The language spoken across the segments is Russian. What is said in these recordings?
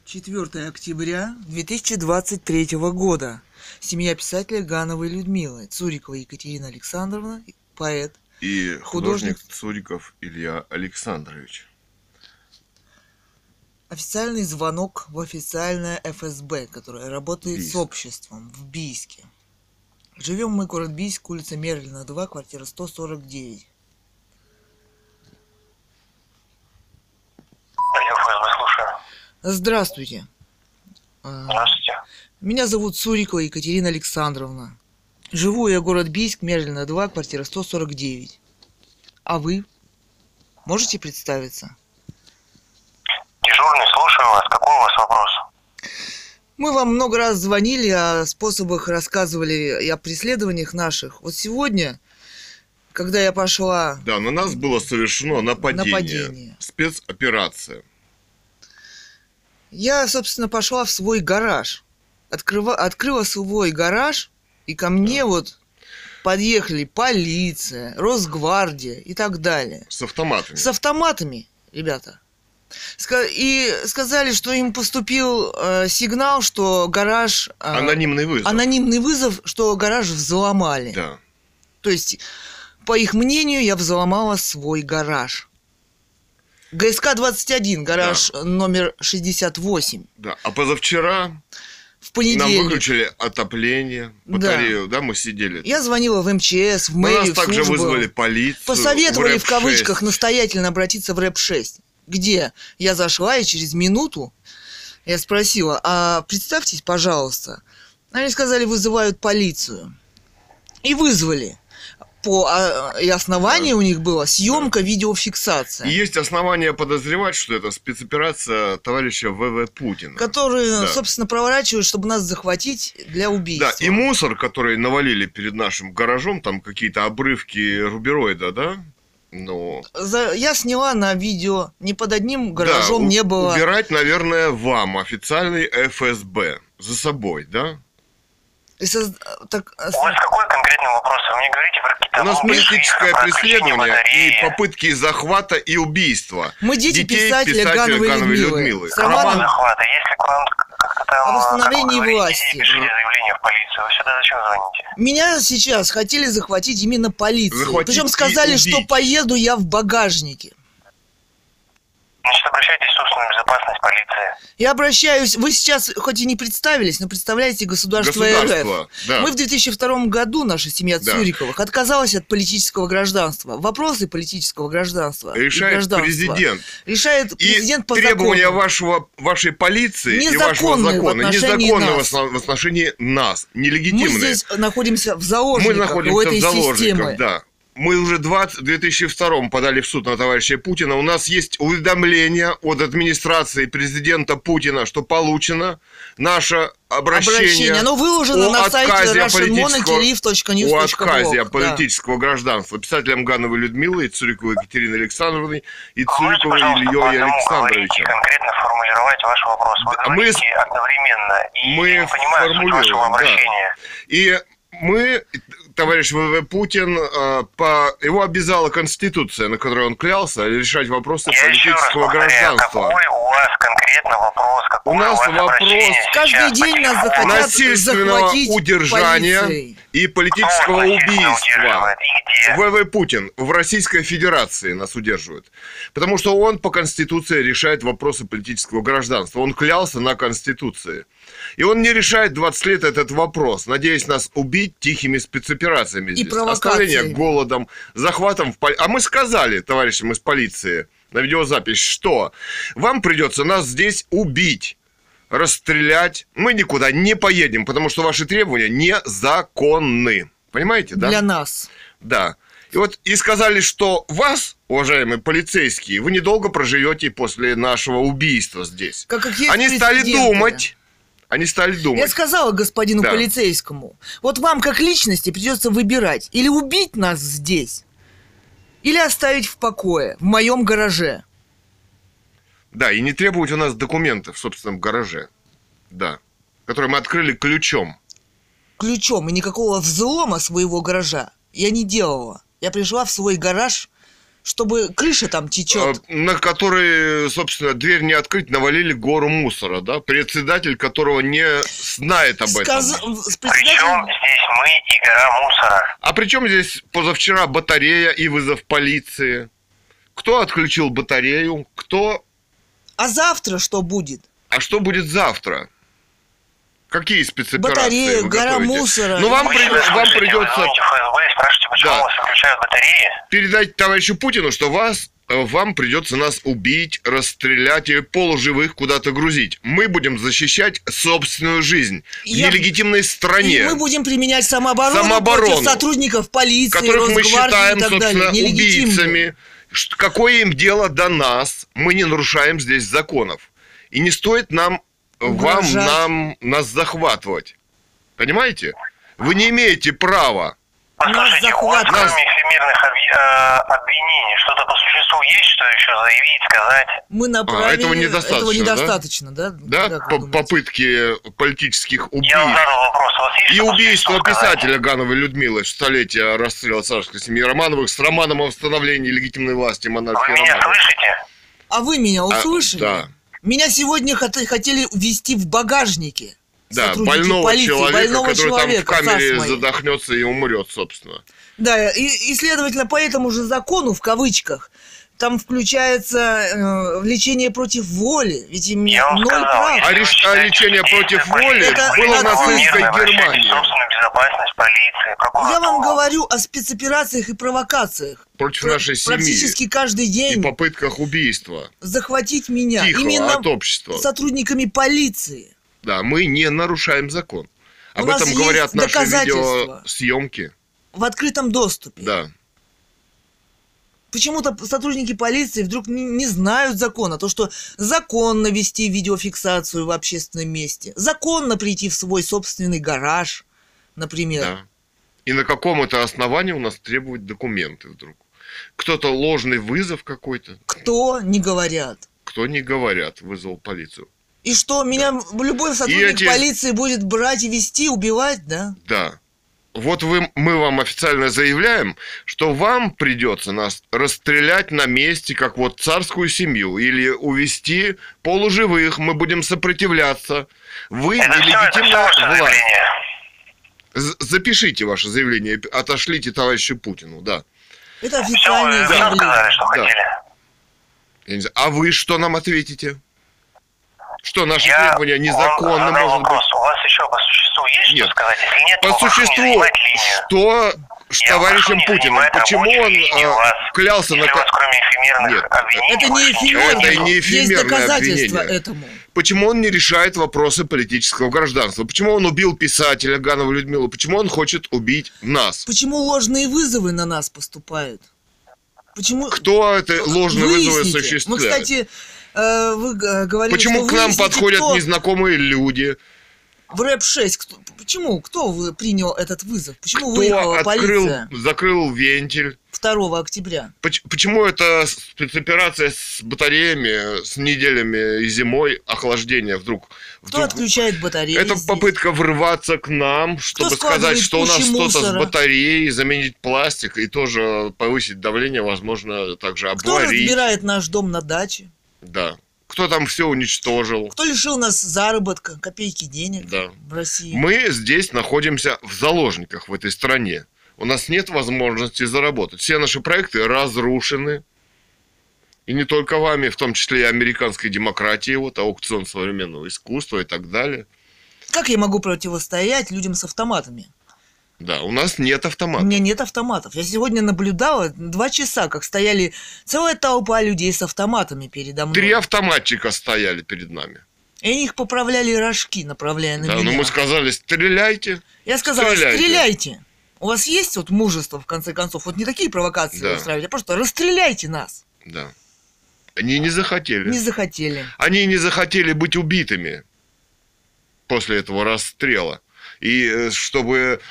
4 октября 2023 года. Семья писателя Гановой Людмилы, Цурикова Екатерина Александровна, поэт. И художник Цуриков Илья Александрович. Официальный звонок в официальное ФСБ, которое работает с обществом в Бийске. Живем мы, город Бийск, улица Мерлина, 2, квартира 149. Я ФСБ слушаю. Здравствуйте. Здравствуйте. Меня зовут Цурикова Екатерина Александровна. Живу я, город Бийск, Мерлина, 2, квартира 149. А вы? Можете представиться? Дежурный, слушаю вас. Какой у вас вопрос? Мы вам много раз звонили, о способах рассказывали и о преследованиях наших. Вот сегодня, когда я пошла... Да, на нас было совершено нападение. Спецоперация. Я, собственно, пошла в свой гараж. Открыла свой гараж, и ко мне вот подъехали полиция, Росгвардия и так далее. С автоматами. С автоматами, ребята. И сказали, что им поступил сигнал, что гараж... Анонимный вызов. Анонимный вызов, что гараж взломали. Да. То есть, по их мнению, я взломала свой гараж. ГСК-21, гараж номер 68. Да, а позавчера в понедельник нам выключили отопление, батарею, да, мы сидели. Я звонила в МЧС, в мэрию, нас также вызвали полицию. Посоветовали в кавычках настоятельно обратиться в РЭП-6. Где я зашла, и через минуту я спросила: а представьтесь, пожалуйста. Они сказали, вызывают полицию. И вызвали. И основание у них было съемка, видеофиксация. И есть основания подозревать, что это спецоперация товарища В.В. Путина. Которые, собственно, проворачивают, чтобы нас захватить для убийства. Да, и мусор, который навалили перед нашим гаражом, там какие-то обрывки рубероида, да? Ну... Я сняла на видео, ни под одним гаражом не было. Убирать, наверное, вам, официальный ФСБ, за собой, да? У вас какой конкретный вопрос? Вы мне говорите про какие-то... У нас политическое преследование и попытки захвата и убийства. Мы дети писателя Гановой Людмилы. Роман захвата. Если к вам как-то там... О восстановлении власти. Пишите заявление в полицию. Вы сюда зачем звоните? Меня сейчас хотели захватить именно полицию. Причем сказали, что поеду я в багажнике. Значит, обращайтесь в собственную безопасность полиции. Я обращаюсь... Вы сейчас хоть и не представились, но представляете государство РФ. Да. Мы в 2002 году, наша семья Цуриковых, отказалась от политического гражданства. Вопросы политического гражданства решает президент. Решает президент по закону. Требования вашей полиции и вашего закона незаконны в отношении нас, нелегитимные. Мы здесь находимся в заложниках у этой системы. Да. Мы уже в 2002 подали в суд на товарища Путина. У нас есть уведомление от администрации президента Путина, что получено наше обращение. Оно выложено на сайте russianmonetv.news.ru. О отказе политического гражданства писателям Гановой Людмилы и Цуриковой Екатерины Александровны и Цуриковой Ильей Александровичем. Конкретно формулировать ваш вопрос. Вы говорите одновременно. И мы не понимаю суть вашего обращения. И мы, товарищ В.В. Путин, его обязала Конституция, на которой он клялся, решать вопросы политического гражданства. Какой у вас конкретно вопрос? У нас вопрос каждый день нас захотят насильственного удержания полицией. И политического убийства. В.В. Путин в Российской Федерации нас удерживает. Потому что он по Конституции решает вопросы политического гражданства. Он клялся на Конституции. И он не решает 20 лет этот вопрос, надеясь нас убить тихими спецоперациями здесь. Оставление голодом, захватом в полиции. А мы сказали товарищам из полиции на видеозапись, что вам придется нас здесь убить, расстрелять. Мы никуда не поедем, потому что ваши требования незаконны. Понимаете, да? Для нас. Да. И сказали, что вас, уважаемые полицейские, вы недолго проживете после нашего убийства здесь. Они стали думать. Я сказала господину полицейскому: вот вам как личности придется выбирать: или убить нас здесь, или оставить в покое, в моем гараже. Да, и не требовать у нас документов в собственном гараже. Да. Который мы открыли ключом. Ключом, и никакого взлома своего гаража я не делала. Я пришла в свой гараж чтобы крыша там течет. На которой, собственно, дверь не открыть, навалили гору мусора, да? Председатель которого не знает об этом. Причем здесь мы и гора мусора? А при чем здесь позавчера батарея и вызов полиции? Кто отключил батарею? Кто... А завтра что будет? А что будет завтра? Какие спецоперации Батарея, вы гора готовите? мусора. Ну, вам придется... Звоните в ФСБ и спрашивайте, почему у вас отключают батареи. Передайте товарищу Путину, что вам придется нас убить, расстрелять и полуживых куда-то грузить. Мы будем защищать собственную жизнь в нелегитимной стране. И мы будем применять самооборону против сотрудников полиции, которых мы считаем, собственно, убийцами. Какое им дело до нас? Мы не нарушаем здесь законов. И не стоит нам нас захватывать. Понимаете? Вы не имеете права. Послушайте, у вас кроме эфемерных обвинений что-то по существу есть, что еще заявить, сказать? Мы направили... Этого недостаточно, да? Да? Попытки политических убийств. Я вам задал вопрос. У вас есть и убийство писателя Гановой Людмилы в столетие расстрела царской семьи Романовых с романом о восстановлении легитимной власти монархии. Вы меня слышите? А вы меня услышали? Да. Меня сегодня хотели ввести в багажнике. Да, больного человека, который там в камере задохнется и умрет, собственно. Да, и следовательно, по этому же закону, в кавычках, там включается лечение против воли. Ведь имеет ноль прав. А лечение против воли было в нацистской Германии. Безопасность полиции. Я вам говорю о спецоперациях и провокациях. Против нашей семьи. Практически каждый день. И попытках убийства. Захватить меня. Тихо, именно от общества. Сотрудниками полиции. Да, мы не нарушаем закон. Об этом говорят наши видеосъемки. В открытом доступе. Да. Почему-то сотрудники полиции вдруг не знают закона. То, что законно вести видеофиксацию в общественном месте. Законно прийти в свой собственный гараж, например. Да. И на каком это основании у нас требуют документы вдруг? Кто-то ложный вызов какой-то? Кто, не говорят. Кто не говорят, вызвал полицию. И что, меня любой сотрудник полиции будет брать и вести, убивать, да? Да. Вот мы вам официально заявляем, что вам придется нас расстрелять на месте, как вот царскую семью, или увести полуживых, мы будем сопротивляться. Вы нелегитимная власть. Запишите ваше заявление, отошлите товарищу Путину, да. Это официальное заявление. Да. А вы что нам ответите? Что наши требования незаконны, может быть? У вас еще по существу есть что сказать? Если нет, по существу, что с товарищем Путиным? Почему он клялся на... Нет, это не эфемерное. Есть доказательства этому. Почему он не решает вопросы политического гражданства? Почему он убил писателя Ганову Людмилу? Почему он хочет убить нас? Почему ложные вызовы на нас поступают? Почему... Кто это ложные вызовы осуществляет? Мы, кстати... Вы говорили, почему к нам подходят незнакомые люди? В рэп-6. Почему? Кто принял этот вызов? Почему выехала полиция? Закрыл вентиль. 2 октября. Почему это спецоперация с батареями, с неделями и зимой охлаждения вдруг? Кто отключает батареи? Это попытка врываться к нам, чтобы сказать, что у нас что-то с батареей, заменить пластик и тоже повысить давление, возможно, также обварить. Кто разбирает наш дом на даче? Да. Кто там все уничтожил? Кто лишил нас заработка, копейки денег в России? Мы здесь находимся в заложниках в этой стране. У нас нет возможности заработать. Все наши проекты разрушены. И не только вами, в том числе и американской демократии, вот аукцион современного искусства и так далее. Как я могу противостоять людям с автоматами? Да, у нас нет автоматов. У меня нет автоматов. Я сегодня наблюдала 2 часа, как стояли целая толпа людей с автоматами передо мной. 3 автоматчика стояли перед нами. И они их поправляли рожки, направляя на меня. Да, но мы сказали, стреляйте. Я сказала, стреляйте. У вас есть вот мужество, в конце концов, вот не такие провокации устраивать, а просто расстреляйте нас. Да. Они не захотели. Не захотели. Они не захотели быть убитыми после этого расстрела. И чтобы...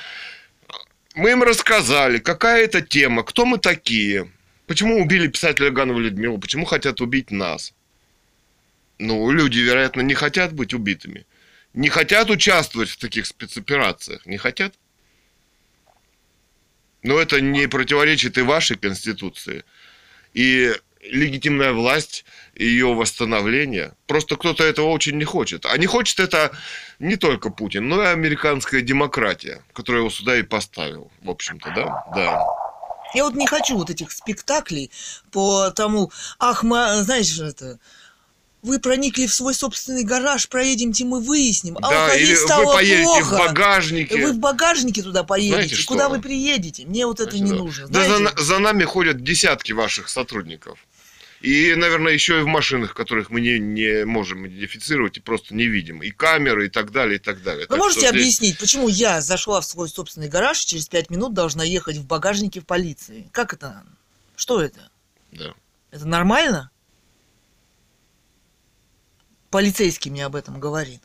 Мы им рассказали, какая это тема, кто мы такие, почему убили писателя Ганову Людмилу, почему хотят убить нас. Ну, люди, вероятно, не хотят быть убитыми. Не хотят участвовать в таких спецоперациях. Не хотят. Но это не противоречит и вашей Конституции, и легитимная власть, ее восстановление. Просто кто-то этого очень не хочет. А не хочет это не только Путин, но и американская демократия, которая его сюда и поставил, в общем-то, да? Да. Я вот не хочу вот этих спектаклей по тому, знаешь, это... Вы проникли в свой собственный гараж, проедемте, мы выясним. А да, или стало вы поедете плохо. в багажнике. Вы в багажнике туда поедете. Знаете, куда что? вы приедете? Мне вот это не нужно. Да, за нами ходят десятки ваших сотрудников. И, наверное, еще и в машинах, которых мы не можем идентифицировать и просто не видим. И камеры, и так далее, и так далее. Вы можете объяснить, почему я зашла в свой собственный гараж и через 5 минут должна ехать в багажнике в полиции? Как это? Что это? Да. Это нормально? Полицейский мне об этом говорит.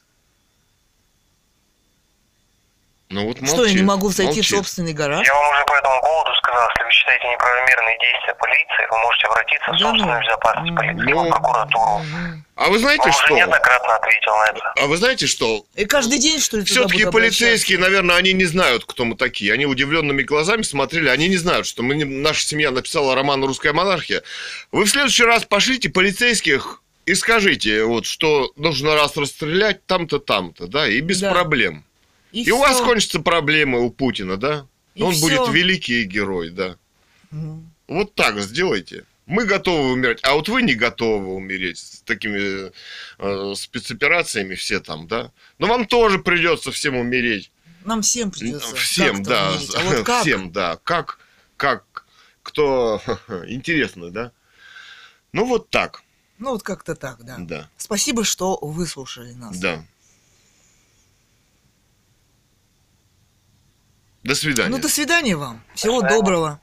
Ну вот что, я не могу зайти в собственный гараж? Я вам уже по этому поводу сказал, если вы считаете неправомерные действия полиции, вы можете обратиться в собственную безопасность полиции, либо в прокуратуру. А вы знаете, что? Он уже неоднократно ответил на это. А вы знаете, что? И каждый день, что ли, все-таки полицейские, наверное, они не знают, кто мы такие. Они удивленными глазами смотрели, они не знают, что наша семья написала роман «Русская монархия». Вы в следующий раз пошлите полицейских и скажите, вот, что нужно раз расстрелять там-то, там-то, да, и без проблем. И у вас кончатся проблемы у Путина, да? Он будет великий герой, да. Вот так сделайте. Мы готовы умереть, а вот вы не готовы умереть с такими спецоперациями все там, да? Но вам тоже придется всем умереть. Нам всем придется. Всем, да. А вот как? Всем, да. Как, кто... Интересно, да? Ну, вот так. Ну, вот как-то так, да. Да. Спасибо, что выслушали нас. Да. До свидания. Ну, до свидания вам. Всего доброго.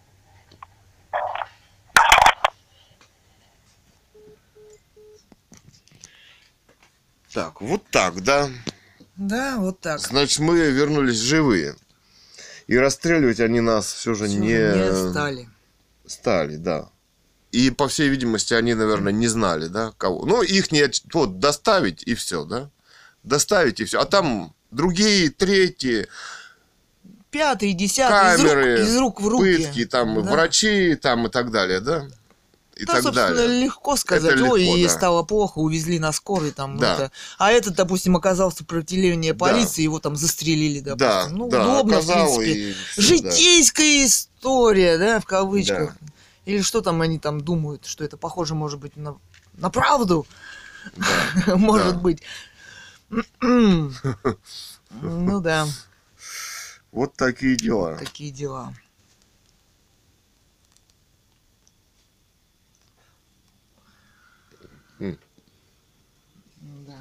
Так, вот так, да? Да, вот так. Значит, мы вернулись живые. И расстреливать они нас все же не стали. Стали, да. И, по всей видимости, они, наверное, не знали, да, кого. Ну, их не... Вот, доставить и все, да? Доставить и все. А там другие, третьи... 5-й, 10-й, камеры, из рук в руки. Пытки, там, врачи, там, и так далее, да? И да, так собственно, далее. легко сказать. Это легко, ей да. стало плохо, увезли на скорой, там, да. это. А этот, допустим, оказался сопротивление полиции, его там застрелили, допустим. Да, ну, да, удобно, в принципе. Житейская история, да, в кавычках. Да. Или что там они там думают, что это похоже, может быть, на правду? Да. Может быть. Ну да. Вот такие дела. Такие дела. Да.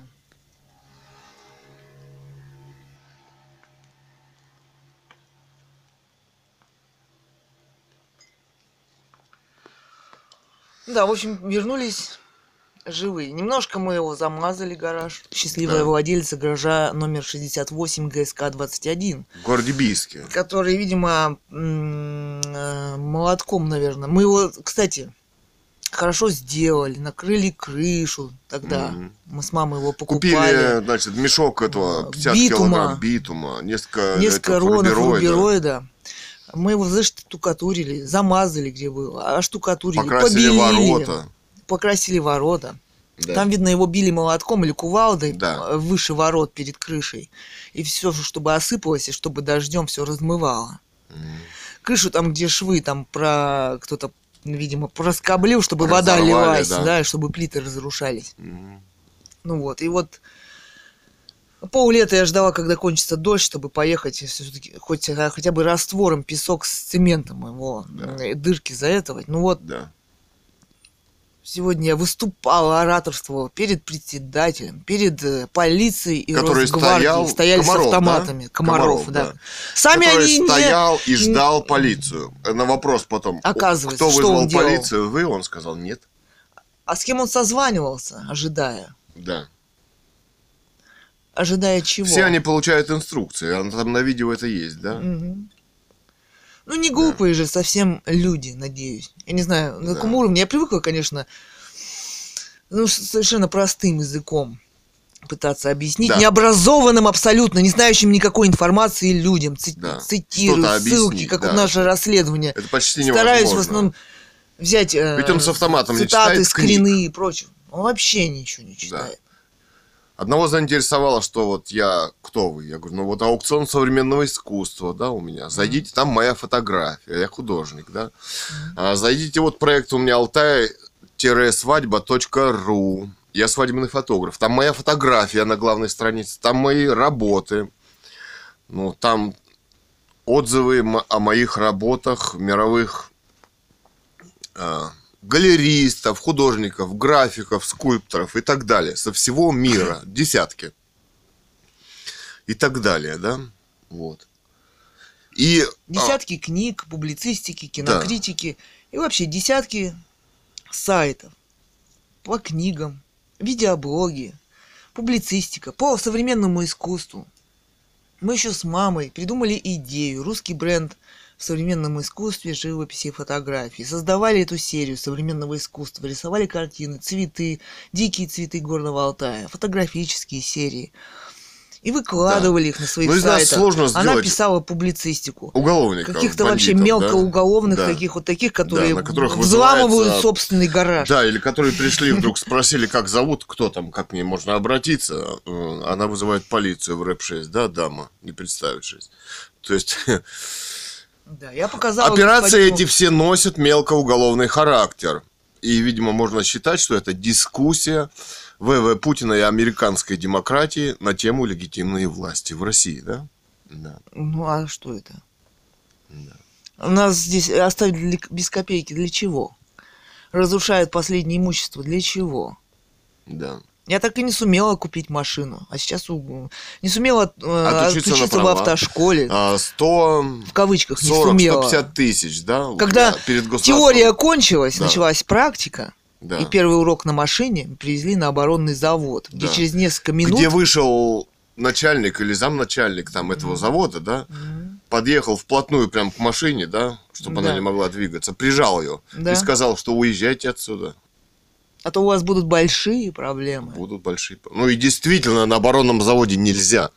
Да, в общем, вернулись живые. Немножко мы его замазали, гараж. Счастливая владелица гаража номер 68 ГСК-21. В городе Бийске. Который, видимо, молотком, наверное. Мы его, кстати, хорошо сделали. Накрыли крышу тогда. Мы с мамой его покупали. Купили, значит, мешок этого 50 килограмм битума. Несколько ронов рубероида. Мы его заштукатурили, замазали, где было, оштукатурили, покрасили ворота. Покрасили ворота. Да. Там, видно, его били молотком или кувалдой выше ворот перед крышей. И все, чтобы осыпалось, и чтобы дождем все размывало. Крышу там, где швы, там кто-то, видимо, проскоблил, чтобы вода лилась, да, чтобы плиты разрушались. Ну вот, и вот пол-лета я ждала, когда кончится дождь, чтобы поехать все-таки хотя бы раствором песок с цементом его дырки заэтовать. Ну вот. Да. Сегодня я выступала, ораторствовала перед председателем, перед полицией и Росгвардией. Стояли Комаров, с автоматами. Да? Комаров, да. Сами который они стоял и ждал полицию. На вопрос потом, оказывается, кто вызвал что он полицию, вы? Он сказал нет. А с кем он созванивался, ожидая? Да. Ожидая чего? Все они получают инструкции, там на видео это есть, да? Угу. Ну, не глупые же совсем люди, надеюсь. Я не знаю, на каком уровне. Я привыкла, конечно, совершенно простым языком пытаться объяснить. Необразованным абсолютно, не знающим никакой информации людям. Цитирую ссылки, как вот наше расследование. Это почти невозможно. Стараюсь в основном взять Ведь он с автоматом не цитаты, читает скрины и прочее. Он вообще ничего не читает. Да. Одного заинтересовало, что вот я, кто вы? Я говорю, ну вот аукцион современного искусства, да, у меня. Зайдите, там моя фотография, я художник, да. Зайдите, вот проект у меня altai-свадьба.ру. Я свадебный фотограф. Там моя фотография на главной странице, там мои работы. Ну, там отзывы о моих работах мировых галеристов, художников, графиков, скульпторов и так далее. Со всего мира. Десятки. И так далее, да? Вот. И, десятки книг, публицистики, кинокритики. Да. И вообще десятки сайтов по книгам, видеоблоги, публицистика, по современному искусству. Мы еще с мамой придумали идею, русский бренд в современном искусстве, живописи и фотографии. Создавали эту серию современного искусства, рисовали картины, цветы, дикие цветы Горного Алтая, фотографические серии. И выкладывали их на своих сайтах. Сложно Она писала публицистику. Уголовников, каких-то вообще мелкоуголовных, да? таких вот таких, которые на которых взламывают собственный гараж. Да, или которые пришли, вдруг спросили, как зовут, кто там, как мне можно обратиться. Она вызывает полицию в рэп-6, да, дама, не представившись. То есть... Да, я показала операции эти все носят мелкоуголовный характер. И, видимо, можно считать, что это дискуссия В.В. Путина и американской демократии на тему легитимной власти в России, да? Да. Ну, а что это? Да. Нас здесь оставили без копейки для чего? Разрушают последнее имущество для чего? Да. Я так и не сумела купить машину. А сейчас не сумела отучиться в автошколе. 100... В кавычках не сумела. 150 тысяч, да? Когда перед теория кончилась, да. началась практика. Да. И первый урок на машине привезли на оборонный завод, где через несколько минут... Где вышел начальник или замначальник там этого завода, да? Подъехал вплотную прям к машине, да? Чтобы она не могла двигаться. Прижал ее и сказал, что уезжайте отсюда. А то у вас будут большие проблемы. Будут большие. Ну и действительно, на оборонном заводе нельзя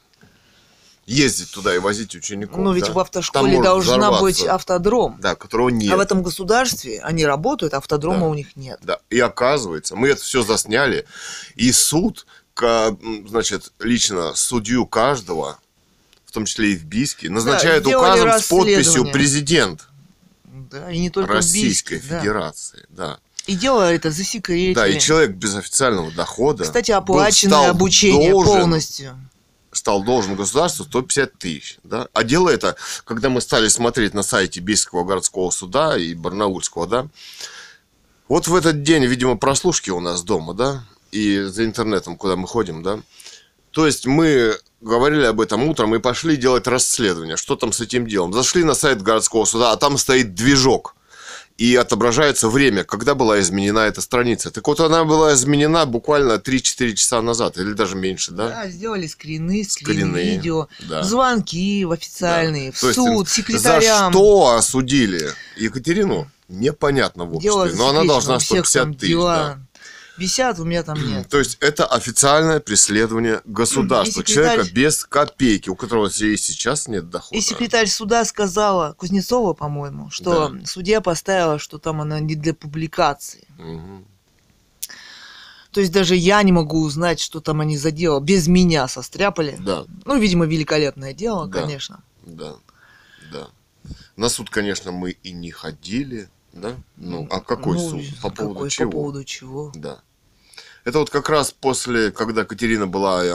ездить туда и возить учеников. Ну ведь в автошколе должна быть автодром. Да, которого нет. А в этом государстве они работают, автодрома у них нет. Да, и оказывается, мы это все засняли, и суд, значит, лично судью каждого, в том числе и в Бийске, назначает указом с подписью президент и не только Российской Федерации. Да. И дело это засекретили. Да, и человек без официального дохода. Кстати, оплаченное обучение полностью. Стал должен государству 150 тысяч. Да? А дело это, когда мы стали смотреть на сайте Бийского городского суда и Барнаульского, да, вот в этот день, видимо, прослушки у нас дома, да, и за интернетом, куда мы ходим, да. То есть мы говорили об этом утром и пошли делать расследование, что там с этим делом. Зашли на сайт городского суда, а там стоит движок. И отображается время, когда была изменена эта страница. Так вот, она была изменена буквально 3-4 часа назад, или даже меньше, да? Да, сделали скрины видео, да. Звонки в официальные, в то суд, есть, секретарям. За что осудили Екатерину, непонятно в обществе. Но она должна 150 тысяч. Да. Висят, у меня там нет. То есть, это официальное преследование государства. Человека без копейки, у которого и сейчас нет дохода. И секретарь суда сказала, Кузнецова, по-моему, что судья поставила, что там она не для публикации. То есть, даже я не могу узнать, что там они за дело. Без меня состряпали. Да. Ну, видимо, великолепное дело, конечно. Да, да. На суд, конечно, мы и не ходили. Да? Ну, а какой суд? По поводу чего? По поводу чего? Да. Это вот как раз после, когда Катерина была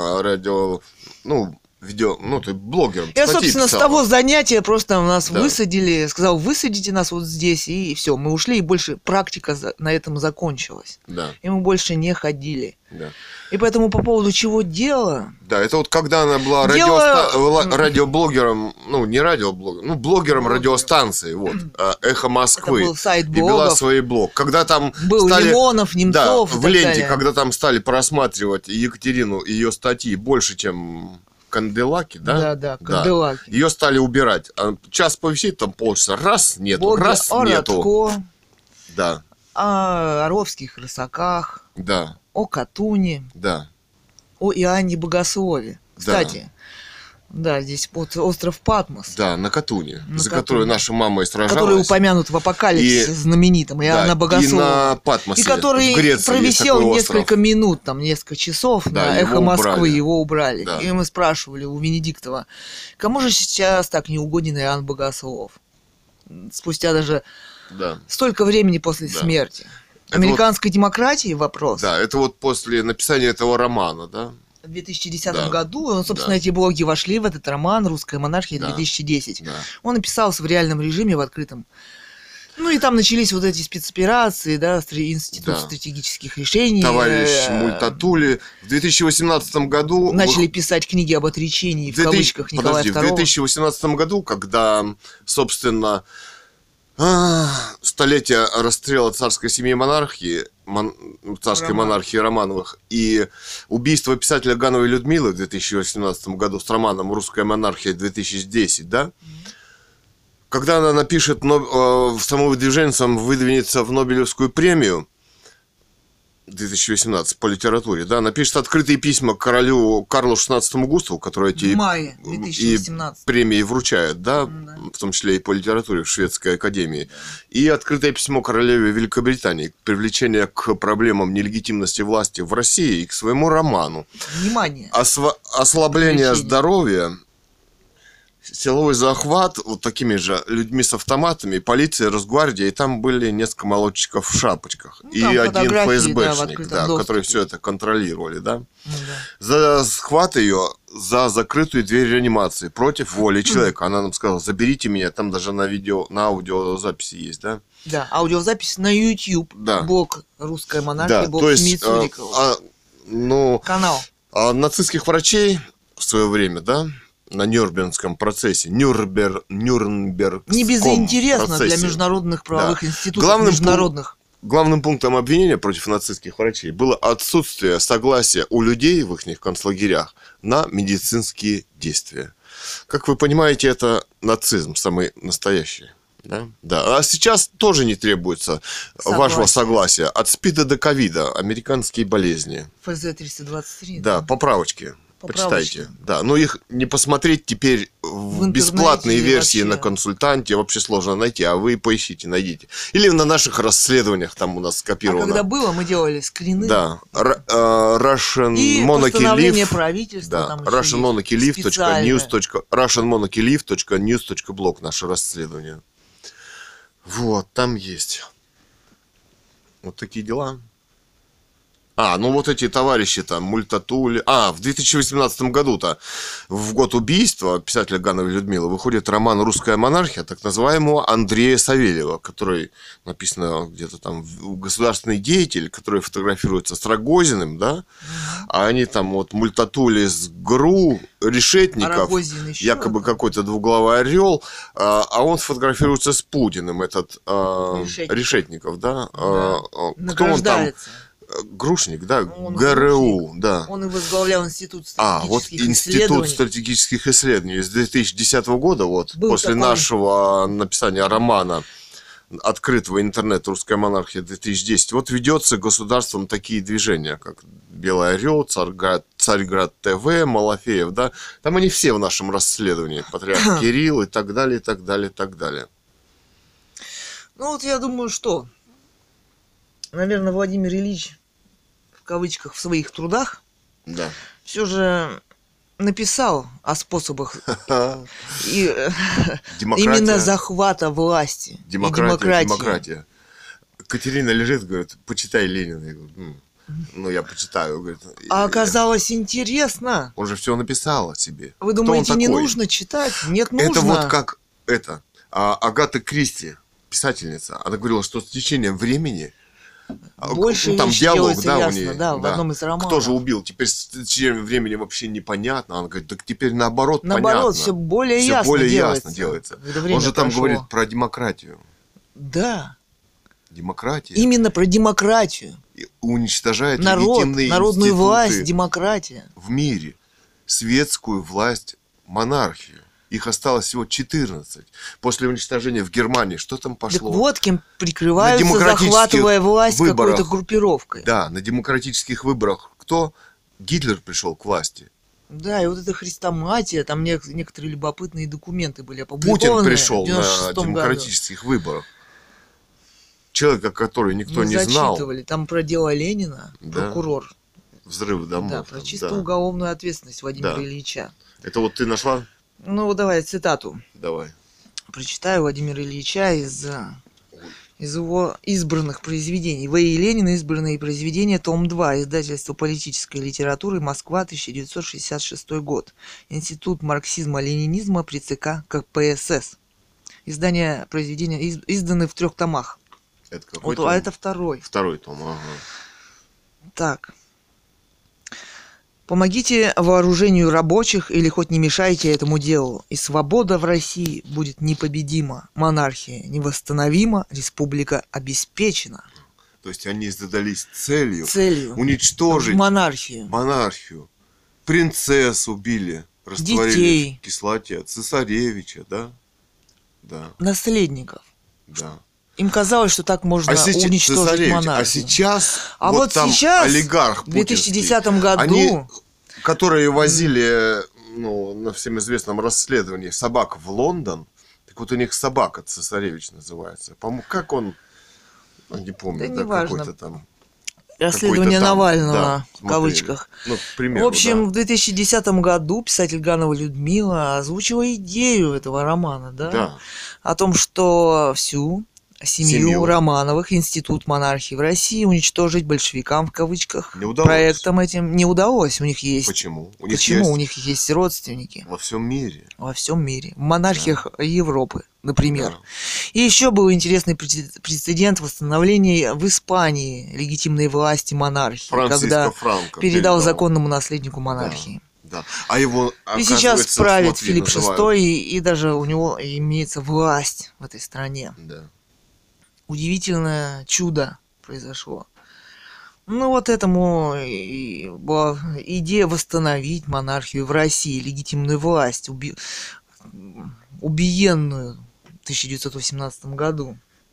блогером. Я, собственно, с того занятия просто нас высадили, сказал, высадите нас вот здесь, и все, мы ушли, и больше практика на этом закончилась. Да. И мы больше не ходили. Да. И поэтому по поводу чего дело? Да, это вот когда она была радиоблогером, не радиоблогером, блогером радиостанции, вот, «Эхо Москвы». Это был сайт и вела свой блог. Когда там был Лимонов, Немцов, в ленте, когда там стали просматривать Екатерину, ее статьи больше, чем Канделаки, да? Да, Канделаки. Ее стали убирать. Час повисит, там полчаса, раз, нету, раз, нету. Радко, да. О Орловских рысаках, да. о Катуне, да. о Иоанне Богослове. Кстати, Да, здесь вот остров Патмос. Да, на Катуне, за которую наша мама и сражалась. Который упомянут в «Апокалипсисе» знаменитом, и Анна Богослова. И на Патмосе, и который в Греции провисел несколько минут, там, несколько часов, да, на «Эхо Москвы», его убрали. Да. И мы спрашивали у Венедиктова, кому же сейчас так не угоден Иоанн Богослов? Спустя даже столько времени после смерти. Американской демократии вопрос. Да, это вот после написания этого романа, да? В 2010 году, собственно, эти блоги вошли в этот роман «Русская монархия 2010». Да. Он написался в реальном режиме, в открытом. Ну и там начались вот эти спецоперации, да, Институт стратегических решений. Товарищ Мультатули в 2018 году... Начали писать книги об отречении, в кавычках, Николая II. В 2018 году, когда, собственно, столетие расстрела царской семьи монархии, царской монархии Романовых, и убийство писателя Гановой Людмилы в 2018 году с романом «Русская монархия 2010», да? Когда она напишет, самовыдвиженцем выдвинется в Нобелевскую премию 2018 по литературе, да, напишет открытые письма королю Карлу XVI Густаву, который эти и премии вручает, да, в том числе и по литературе в Шведской академии, и открытое письмо королеве Великобритании, привлечение к проблемам нелегитимности власти в России и к своему роману. Внимание! Ослабление здоровья, силовой захват вот такими же людьми с автоматами, полиция, Росгвардия, и там были несколько молодчиков в шапочках. И один ФСБшник, которые все это контролировали, да? За захват ее, за закрытую дверь реанимации против воли человека. Она нам сказала, заберите меня, там даже на аудиозаписи есть, да? Да, аудиозапись на YouTube, блог «Русская монархия», блог СМИ Цурикова. Канал. Нацистских врачей в свое время, да? На Нюрнбергском процессе, Нюрнбергском не безинтересно для международных правовых институтов. Главным пунктом обвинения против нацистских врачей было отсутствие согласия у людей в их концлагерях на медицинские действия. Как вы понимаете, это нацизм самый настоящий. Да? Да. А сейчас тоже не требуется вашего согласия. От СПИДа до ковида, американские болезни. ФЗ-323. Да, поправочки. Почитайте. Да, но их не посмотреть теперь в бесплатные версии на консультанте вообще сложно найти, а вы поищите, найдите. Или на наших расследованиях там у нас скопировано. А когда было, мы делали скрины. Да. Russian Monarchy Live. Правительства. Да. russianmonarchylive.news.blog наше расследование. Вот, там есть. Вот такие дела. Ну вот эти товарищи там, Мультатули. В 2018 году-то, в год убийства писателя Гановой Людмилы, выходит роман «Русская монархия», так называемого Андрея Савельева, который написано где-то там государственный деятель, который фотографируется с Рогозиным, да? А они там вот Мультатули с ГРУ, Решетников, якобы какой-то двуглавый орел, а он фотографируется с Путиным, этот Решетников, да? Кто он там? Грушник, да, ГРУ, да. Он и возглавлял Институт стратегических исследований с 2010 года, вот, после нашего написания романа открытого интернета «Русская монархия 2010», вот ведется государством такие движения, как «Белый орел», «Царьград ТВ», «Малафеев», да, там они все в нашем расследовании, патриарх Кирилл и так далее, и так далее, и так далее. Ну вот я думаю, что, наверное, Владимир Ильич, в кавычках, в своих трудах все же написал о способах именно захвата власти. Демократия. Катерина лежит, говорит, почитай Ленина. Я говорю, я почитаю. Говорит, а оказалось интересно. Он же все написал о себе. Вы думаете, не нужно читать? Нет, нужно. Это вот как Агата Кристи, писательница, она говорила, что с течением времени больше там диалог, да, ясно, у нее, в одном из романов. Кто же убил? Теперь с течением времени вообще непонятно. Она говорит, так теперь наоборот, понятно. Все более ясно делается. Он же там говорит про демократию. Да. Демократия. Именно про демократию. И уничтожает легитимные народную власть, демократия. В мире. Светскую власть, монархию. Их осталось всего 14. После уничтожения в Германии, что там пошло? Так вот, кем прикрываются, захватывая власть какой-то группировкой. Да, на демократических выборах кто? Гитлер пришел к власти. Да, и вот эта хрестоматия, там некоторые любопытные документы были опубликованы. Путин пришел в на 96 году. демократических выборах. Человека, который никто Мы не знал. зачитывали. Там про дело Ленина, Да. прокурор. Взрыв домов. Да, про там, чисто да. уголовную ответственность Владимира Да. Ильича. Это вот ты нашла? Ну, давай цитату. Давай. Прочитаю Владимира Ильича из его избранных произведений. В.И. Ленина. Избранные произведения. Том 2. Издательство политической литературы. Москва. 1966 год. Институт марксизма-ленинизма при ЦК КПСС. Издание произведения изданы в 3 томах. Это какой Вот, том? а это второй. Второй том, ага. Так. Помогите вооружению рабочих или хоть не мешайте этому делу, и свобода в России будет непобедима, монархия невосстановима, республика обеспечена. То есть они задались целью Уничтожить уничтожить монархию. монархию. Принцессу убили, растворили Детей. в кислоте, цесаревича, да? Да, Наследников. да. Им казалось, что так можно уничтожить цесаревич, монархию. а сейчас А вот там сейчас, олигарх в 2010 путинский, году, они, которые возили, на всем известном расследовании собак в Лондон, так вот у них собака цесаревич называется. По-моему, как он, не помню, Да да, неважно. какой-то там. расследование какой-то там, Навального, да, в смотрели. кавычках. Ну, к примеру, В общем, да. в 2010 году писатель Ганова Людмила озвучила идею этого романа, да? Да. О том, что всю семью Романовых, институт монархии в России уничтожить большевикам в кавычках Не удалось. проектом этим не удалось. У них есть. Почему? Почему? У них есть родственники во всем мире. во всем мире, в монархиях Европы, например. Да. И еще был интересный прецедент восстановления в Испании легитимной власти монархии, Франциско когда Франко передал законному наследнику монархии. Да. А его, И сейчас оказывается, правит смотри, Филипп называют. VI, и даже у него имеется власть в этой стране. Да. Удивительное чудо произошло. Ну вот этому и была идея восстановить монархию в России, легитимную власть, убиенную в 1918 году.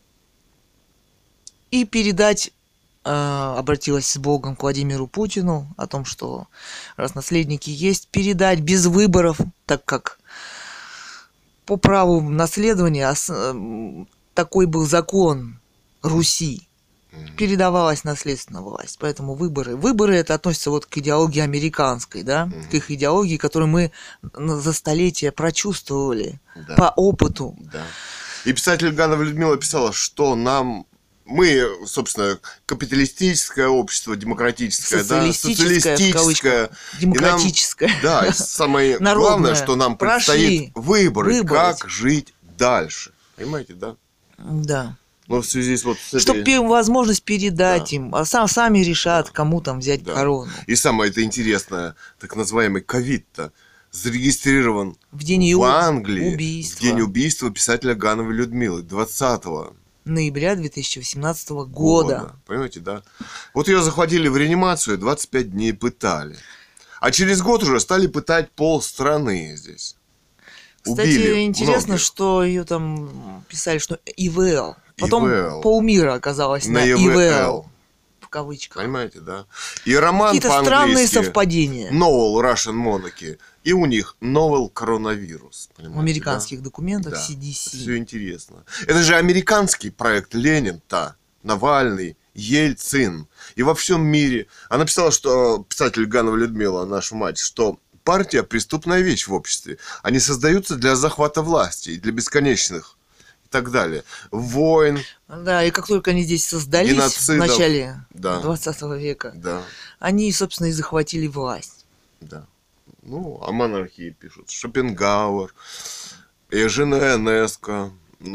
И передать, обратилась с Богом к Владимиру Путину о том, что раз наследники есть, передать без выборов, так как по праву наследования такой был закон Руси. Передавалась наследственная власть. Поэтому выборы это относится вот к идеологии американской, да, к их идеологии, которую мы за столетия прочувствовали по опыту. Да. И писатель Ганова Людмила писала, что мы, собственно, капиталистическое общество, демократическое, социалистическое, демократическое. И самое главное, что нам предстоит выборы, как жить дальше. Понимаете, да? Да. Но в связи с этой... Чтобы возможность передать им, а сами решат, кому там взять корону. И самое это интересное, так называемый ковид-то зарегистрирован в Англии убийства. в день убийства писателя Гановой Людмилы, 20 ноября 2018 года. Понимаете, да? Вот ее захватили в реанимацию, 25 дней пытали. А через год уже стали пытать полстраны здесь. Кстати, убили интересно, многих. что ее там писали, что ИВЛ. Потом ИВЛ. полмира оказалось на ИВЛ. В кавычках. Понимаете, да? И роман Какие-то по-английски странные совпадения. Novel Russian Monarchy. И у них Novel Coronavirus. В американских документах да. CDC. Все интересно. Это же американский проект Ленин-то, Навальный, Ельцин. И во всем мире. Она писала, что писатель Ганова Людмила, наша мать, что партия – преступная вещь в обществе. Они создаются для захвата власти и для бесконечных и так далее. Войн. Да, и как только они здесь создались геноцидов, в начале да. 20 века, Да, они, собственно, и захватили власть. да. Ну, о монархии пишут. Шопенгауэр, Эжена Энеско.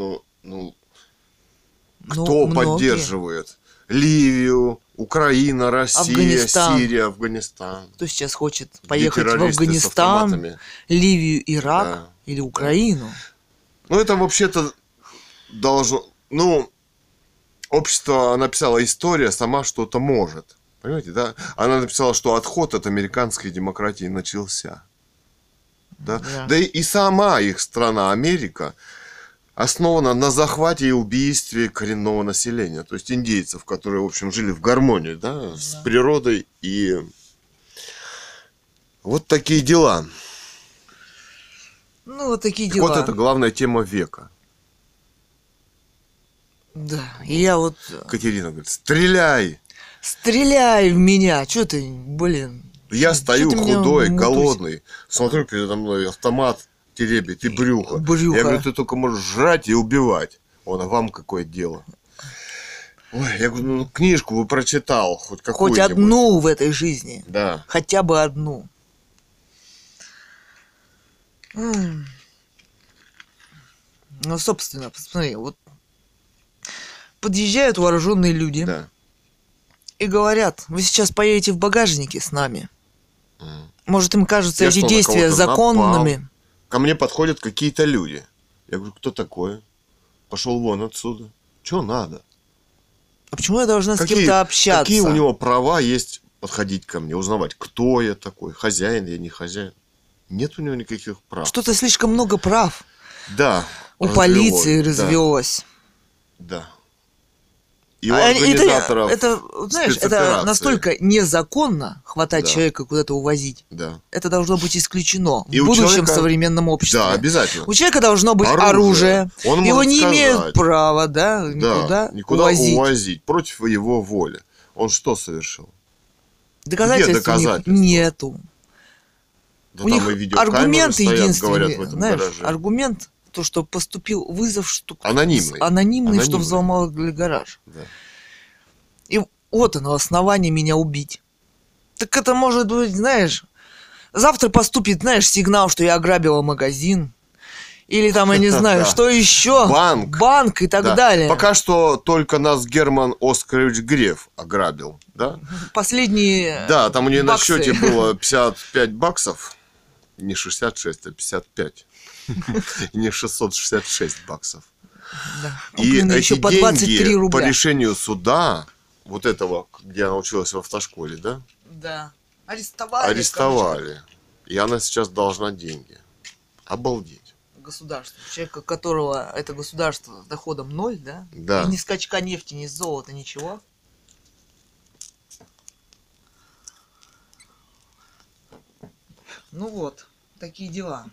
Кто многие. поддерживает? Ливию, Украина, Россия, Афганистан. Сирия, Афганистан. Кто сейчас хочет Где поехать в террористы с Афганистан, автоматами. Ливию, Ирак Да. или Украину? Ну, это вообще-то должно... общество написало, история сама что-то может. Понимаете, да? Она написала, что отход от американской демократии начался. Да, Да. да и сама их страна, Америка, основана на захвате и убийстве коренного населения. То есть индейцев, которые, в общем, жили в гармонии, да, с природой и Вот такие дела. Ну, вот такие Так дела. вот это главная тема века. Да, и я вот... Катерина говорит, стреляй! Стреляй в меня! Чё ты, блин? Я стою худой, мутусь? голодный, смотрю передо мной автомат теребит и брюхо. Брюхо. Я говорю, ты только можешь жрать и убивать. Он, а вам какое дело? Ой, я говорю, ну книжку бы прочитал, хоть какую-нибудь. Хоть одну в этой жизни. Да. Хотя бы одну. Ну, собственно, посмотри, вот подъезжают вооруженные люди Да. и говорят, вы сейчас поедете в багажнике с нами. Может, им кажутся Я эти что, на действия кого-то законными. напал? Ко мне подходят какие-то люди. Я говорю, кто такой? Пошел вон отсюда. Че надо? А почему я должна с кем-то общаться? Какие у него права есть подходить ко мне, узнавать, кто я такой, хозяин я, не хозяин? Нет у него никаких прав. Что-то слишком много прав Да. у полиции да, развелось. Да. И у организаторов это, знаешь, это спецоперации. настолько незаконно хватать Да. человека куда-то увозить. Да. Это должно быть исключено И в у будущем человека- современном обществе. Да, обязательно. У человека должно быть оружие. Он Его может не сказать. имеют права, да, Да, никуда увозить. против его воли. Он что совершил? Доказательств Где у них доказательства? нету. Да У там них и видеокамеры аргумент стоят, единственный, говорят, в этом знаешь, гараже. аргумент, то, что поступил вызов, что Анонимный. анонимный, что Анонимный. взломал гараж. Да. И вот оно, основание меня убить. Так это может быть, знаешь, завтра поступит, знаешь, сигнал, что я ограбила магазин. Или там, я не знаю, Да. что еще. Банк и так Да. далее. Пока что только нас Герман Оскарович Греф ограбил, да? Последние Да, там у нее на баксы. счете было 55 баксов. Не 66, а 55. И не 666 баксов. Да. И Куплены эти еще по 23 деньги рубля. по решению суда, вот этого, где она училась в автошколе, да? Да. Арестовали. Арестовали. И она сейчас должна деньги. Обалдеть. Государство. Человека, которого это государство с доходом 0, да? Да. И ни скачка нефти, ни золота, ничего. Ну вот, такие дела.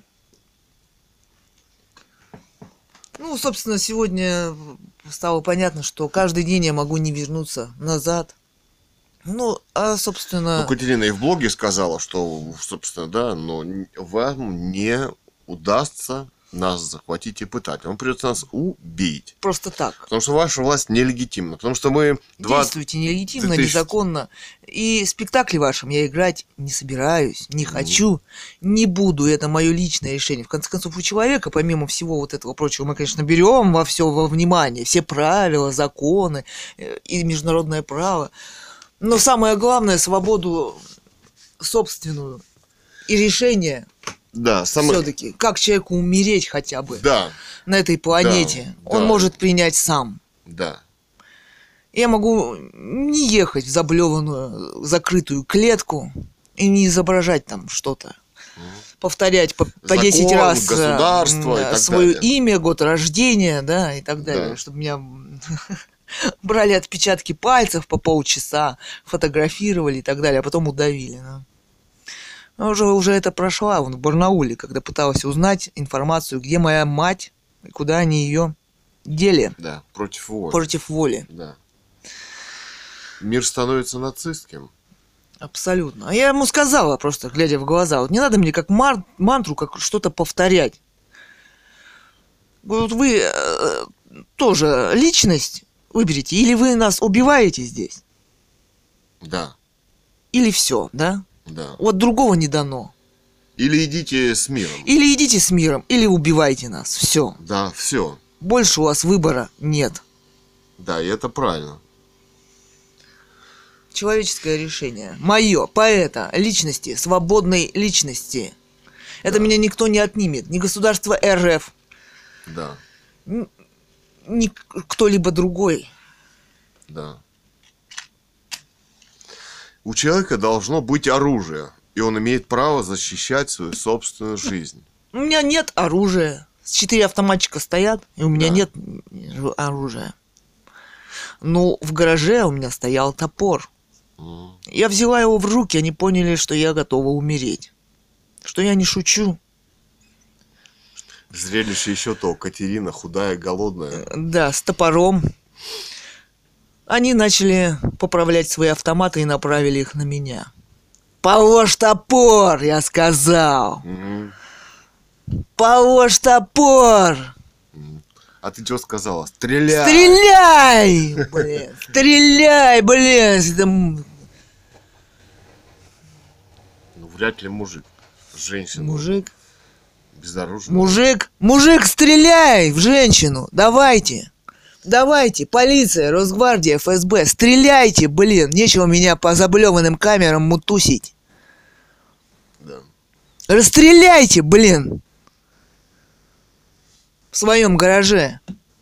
Ну, собственно, сегодня стало понятно, что каждый день я могу не вернуться назад. Ну, а, собственно... Ну, Катерина и в блоге сказала, что, собственно, да, но вам не удастся нас захватить и пытать. Вам придется нас убить. Просто так. Потому что ваша власть нелегитимна. Потому что мы... Действуйте нелегитимно, 2000. незаконно. И спектакли вашим я играть не собираюсь, не хочу, не буду. Это мое личное решение. В конце концов, у человека, помимо всего вот этого прочего, мы, конечно, берем во все во внимание. Все правила, законы и международное право. Но самое главное, свободу собственную и решение Да, все-таки, как человеку умереть хотя бы Да, на этой планете, Да, он да. может принять сам. да. Я могу не ехать в заблеванную закрытую клетку и не изображать там что-то. Повторять по Закон, 10 раз государство и так свое далее. имя, год рождения, да, и так далее. Да. Чтобы меня брали отпечатки пальцев по полчаса, фотографировали и так далее, а потом удавили. Да. Но уже это прошла в Барнауле, когда пыталась узнать информацию, где моя мать и куда они ее дели Да, против воли. против воли. Да. Мир становится нацистским. Абсолютно. А я ему сказала, просто глядя в глаза, вот не надо мне как мантру, как что-то повторять. Вот вы тоже личность выберите, или вы нас убиваете здесь, Да, или все, да? да. Вот другого не дано. Или идите с миром. Или идите с миром, или убивайте нас. Все. Да, все. Больше у вас выбора нет. Да, и это правильно. Человеческое решение. Мое, поэта, личности, свободной личности. Это меня никто не отнимет. Ни государство РФ, Да, ни кто-либо другой. да. У человека должно быть оружие, и он имеет право защищать свою собственную жизнь. У меня нет оружия. 4 автоматчика стоят, и у меня Да. нет оружия. Но в гараже у меня стоял топор. Я взяла его в руки, они поняли, что я готова умереть. что я не шучу. Зрелище еще то. Катерина худая, голодная. Да, с топором. Они начали поправлять свои автоматы и направили их на меня. «Положь топор!» я сказал. «Положь топор!» А ты что сказала? Стреляй! Стреляй! Блин, стреляй, блин! Ну, вряд ли мужик. Женщина. Мужик. Безоружный. Мужик, стреляй в женщину! Давайте! Давайте, полиция, Росгвардия, ФСБ, стреляйте, блин! Нечего меня по заблеванным камерам мутусить. Да. Расстреляйте, блин! В своем гараже.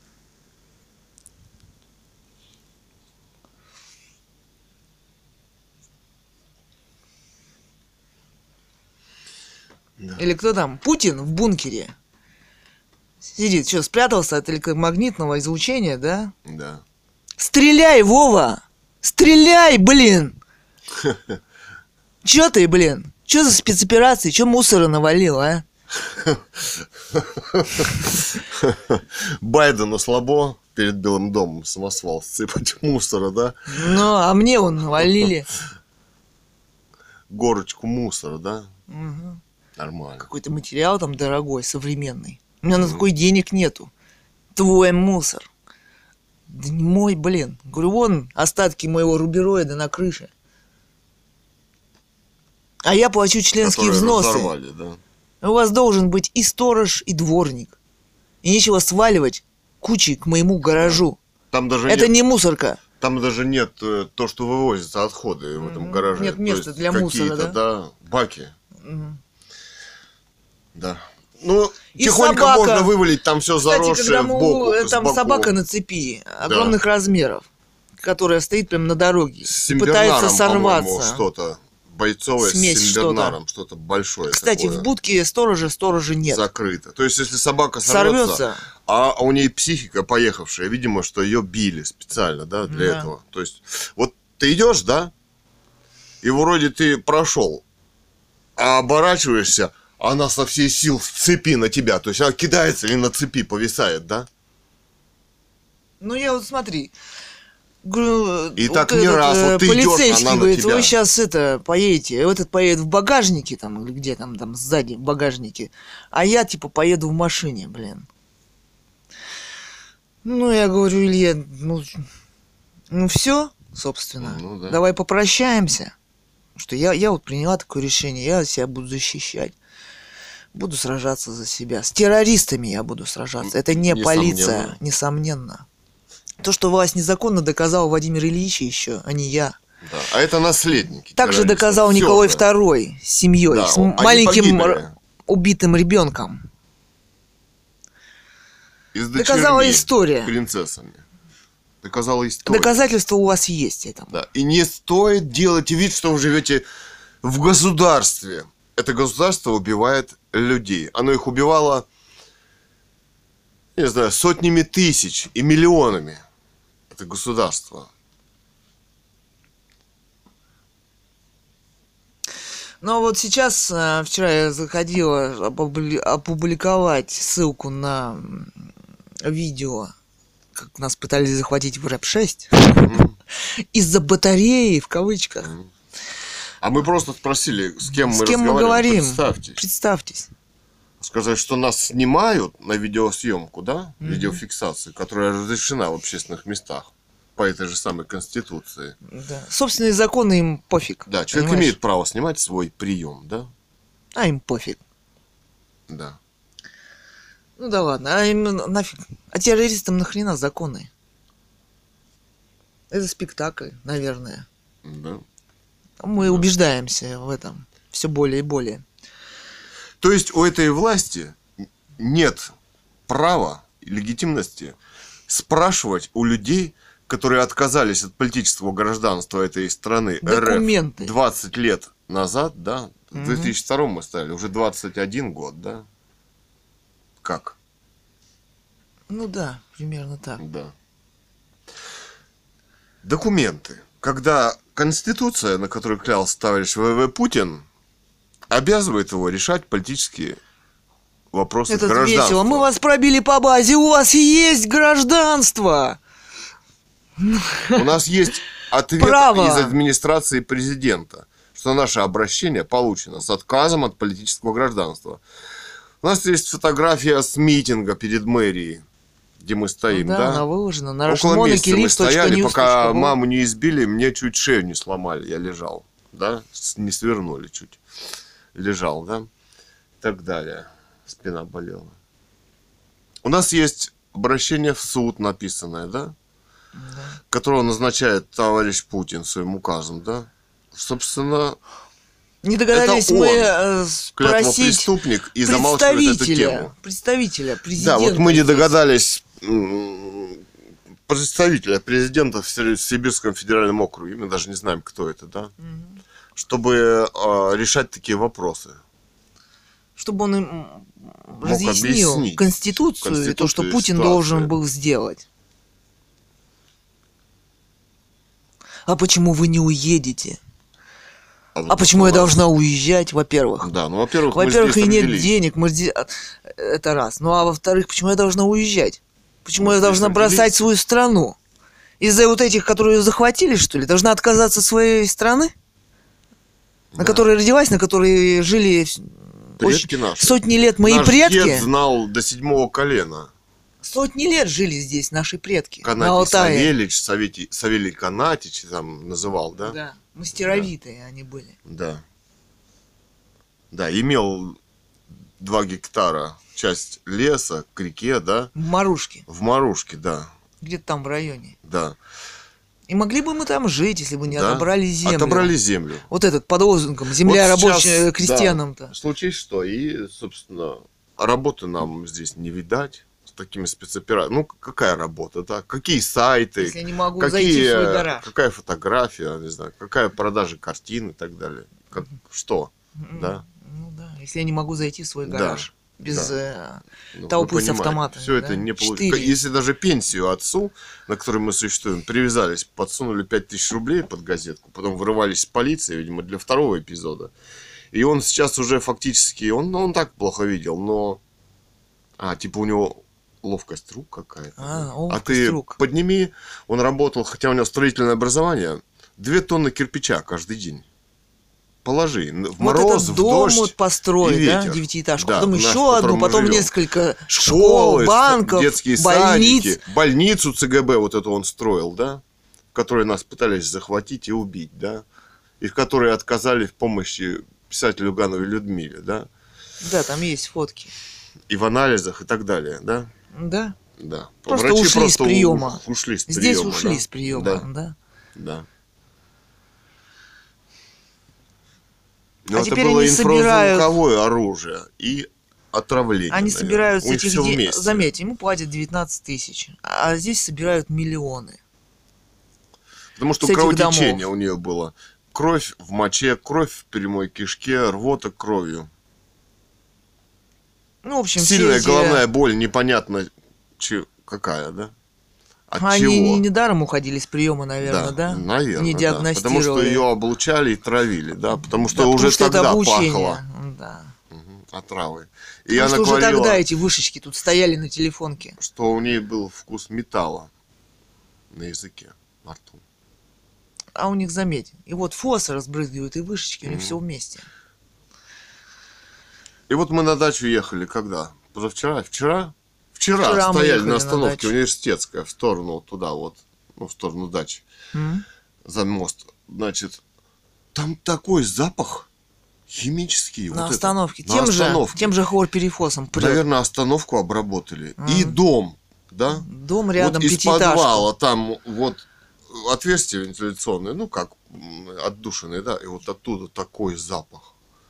Да. Или кто там? Путин в бункере. Сидит, что, спрятался от электромагнитного излучения, да? Да. Стреляй, Вова! Стреляй, блин! Чё ты, блин? Чё за спецоперации? Чё мусора навалил, а? Байдену слабо перед Белым домом самосвал сыпать мусора, да? Ну, а мне он навалили. Горочку мусора, да? Угу. Нормально. Какой-то материал там дорогой, современный. У меня на такой денег нету. Твой мусор. Да не мой, блин. Говорю, вон остатки моего рубероида на крыше. А я плачу членские Которые взносы. разорвали, да? У вас должен быть и сторож, и дворник. И нечего сваливать кучей к моему гаражу. Там даже Это нет, не мусорка. там даже нет то, что вывозятся отходы в этом гараже. Нет То места есть для мусора, какие-то, да? баки. Мгм. Да. Ну, И тихонько собака. можно вывалить, там все Кстати, заросшее когда в боку. там собака на цепи огромных размеров, которая стоит прямо на дороге с и пытается Симбернаром, по-моему, сорваться. что-то. Бойцовое Смесь с Симбернаром. Что-то большое. Кстати, такое. в будке сторожа нет. Закрыто. То есть, если собака сорвется, а у нее психика поехавшая, видимо, что ее били специально, да, для Да. этого. То есть, вот ты идешь, да, и вроде ты прошел, а оборачиваешься, она со всей сил в цепи на тебя. То есть, она кидается или на цепи повисает, да? Ну, я вот смотри. Говорю, И так не раз, вот ты идешь, полицейский она на говорит, тебя. вы сейчас поедете, этот поедет в багажнике, там, или где там сзади в багажнике, а я, типа, поеду в машине, блин. Ну, я говорю, Илья, ну все, собственно, Ну, да. давай попрощаемся. Что я вот приняла такое решение, я себя буду защищать. Буду сражаться за себя. С террористами я буду сражаться. Это не полиция, несомненно. То, что власть незаконно, доказал Владимир Ильич еще, а не я. Да. А это наследники. Также террористов. доказал Всё Николай же. II с семьей, Да, с они маленьким погибли. убитым ребенком. И с Доказала дочерьми, история. принцессами. Доказала история. Доказательства у вас есть этому. Да. И не стоит делать вид, что вы живете в государстве. Это государство убивает людей. Оно их убивало, не знаю, сотнями тысяч и миллионами. Это государство. Но вот сейчас, вчера я заходила опубликовать ссылку на видео, как нас пытались захватить в рэп-6 из-за батареи, в кавычках. А мы просто спросили, с кем С мы кем мы разговариваем. говорим? Представьтесь. Сказать, что нас снимают на видеосъемку, да? Видеофиксацию, которая разрешена в общественных местах по этой же самой Конституции. Да. Собственные законы им пофиг. Да, человек понимаешь? имеет право снимать свой прием, да? А им пофиг. Да. Ну да ладно, а им нафиг. А террористам нахрена законы? Это спектакль, наверное. Да. Мы убеждаемся в этом все более и более. То есть у этой власти нет права и легитимности спрашивать у людей, которые отказались от политического гражданства этой страны, Документы. РФ, 20 лет назад, да? В 2002 мы стали, уже 21 год, да? Как? Ну да, примерно так. Да. Документы. Когда Конституция, на которой клялся товарищ В.В. Путин, обязывает его решать политические вопросы Это гражданства. весело. Мы вас пробили по базе, у вас есть гражданство. У нас есть ответ Право. из администрации президента, что наше обращение получено с отказом от политического гражданства. У нас есть фотография с митинга перед мэрией, где мы стоим, да? Она выложена на Около месяца мы стояли, пока rashmonekilips.news.ru. маму не избили, мне чуть шею не сломали, я лежал, да? Не свернули чуть. Лежал, да? И так далее. Спина болела. У нас есть обращение в суд написанное, да? Которого назначает товарищ Путин своим указом, да? Собственно, Не догадались это он, мы спросить преступник, и замалчивает эту тему. представителя президента. Да, вот мы не догадались представителя президента в Сибирском федеральном округе, мы даже не знаем, кто это, да? Чтобы решать такие вопросы. Чтобы он им разъяснил объяснить Конституцию и то, что Путин ситуацию должен был сделать. А почему вы не уедете? А почему я должна уезжать, во-первых? Да, ну, во-первых, Во-первых, и нет денег, это раз. Ну, а во-вторых, почему я должна уезжать? Почему я должна бросать свою страну? Из-за вот этих, которые ее захватили, что ли? Должна отказаться от своей страны? На которой родилась, на которой жили предки наши. Сотни лет мои Наш предки. дед знал до 7-го колена. Сотни лет жили здесь наши предки. Канатий на Алтае. Савельич, Савелий Канатич там называл, да? Да, мастеровитые они были. Да. Да, имел 2 гектара, часть леса к реке, да? В Марушке. В Марушке, да. Где-то там в районе. Да. И могли бы мы там жить, если бы не Да. отобрали землю. Отобрали землю. Вот этот под лозунгом «Земля Вот сейчас, рабочая крестьянам-то». Да, случись что, и, собственно, работы нам здесь не видать с такими спецоперациями. Ну, какая работа, да? Какие сайты? Если я не могу зайти в свой гараж. Какая фотография, не знаю, какая продажа картин и так далее. Что, да? Ну да, если я не могу зайти в свой гараж. Без Ну, толпы вы с понимаете, автоматами. все это не получится. 4. Если даже пенсию отцу, на которой мы существуем, привязались, подсунули 5000 рублей под газетку, потом вырывались с полиции, видимо, для 2-го эпизода. И он сейчас уже фактически, он так плохо видел, но... типа у него ловкость рук какая-то. Ловкость ты рук. подними, он работал, хотя у него строительное образование, 2 тонны кирпича каждый день. Положи в мороз, вот этот в дом дождь вот построить, и да, ветер. 9-этажку, Да, потом наш, еще в котором одну, мы потом живем. несколько Школы, школ, банков, детские больниц. садики, больницу ЦГБ вот эту он строил, да, в которой нас пытались захватить и убить, да, и в которой отказали в помощи писателю Гановой Людмиле, да. Да, там есть фотки. И в анализах и так далее, да. Да. Да. Просто Врачи ушли с приема. Ушли с приема. Здесь ушли да. с приема, Да. да. Но это теперь было они собирают... инфразвуковое оружие и отравление. Они наверное. собирают У них этих всё денег. вместе. Заметьте, ему платят 19 тысяч, а здесь собирают миллионы. Потому что с этих кровотечение домов. у нее было. Кровь в моче, кровь в прямой кишке, рвота кровью. Ну, в общем, Сильная все эти... головная боль, непонятно какая, да? От Они чего? недаром уходили с приема, наверное, да? Наверное, Не да. диагностировали. Потому что ее облучали и травили, да? Потому что Да, уже потому что тогда это облучение. пахло Да. отравой. И Потому она что уже говорила, тогда эти вышечки тут стояли на телефонке. что у нее был вкус металла на языке, во рту. А у них, заметь, и вот фосы разбрызгивают, и вышечки, у них все вместе. И вот мы на дачу ехали когда? Позавчера? Вчера Вчера мы стояли ехали на на остановке дачу. Университетская в сторону туда вот, ну, в сторону дачи, за мост. Значит, там такой запах химический. На вот остановке. это, на остановке. Тем же хлорперифосом прет. Наверное, остановку обработали. И дом, да? Дом рядом, вот из пятиэтажка. подвала там вот отверстие вентиляционное, ну как отдушины, да, и вот оттуда такой запах.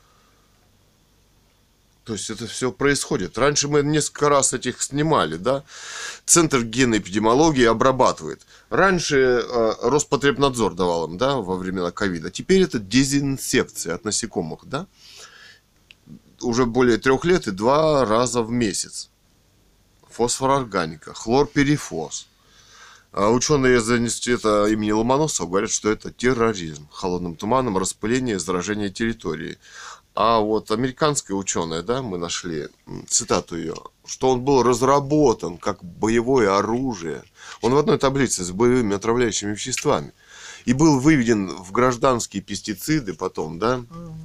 То есть это все происходит. Раньше мы несколько раз этих снимали, да. Центр генной эпидемиологии обрабатывает. Раньше Роспотребнадзор давал им, да, во времена ковида. Теперь это дезинсекция от насекомых, да. Уже более 3 лет и 2 раза в месяц. Фосфорорганика, хлорперифос. А ученые из института имени Ломоносова говорят, что это терроризм. Холодным туманом распыление, заражение территории. А вот американская ученая, да, мы нашли цитату ее, что он был разработан как боевое оружие. Он в одной таблице с боевыми отравляющими веществами. И был выведен в гражданские пестициды потом, да?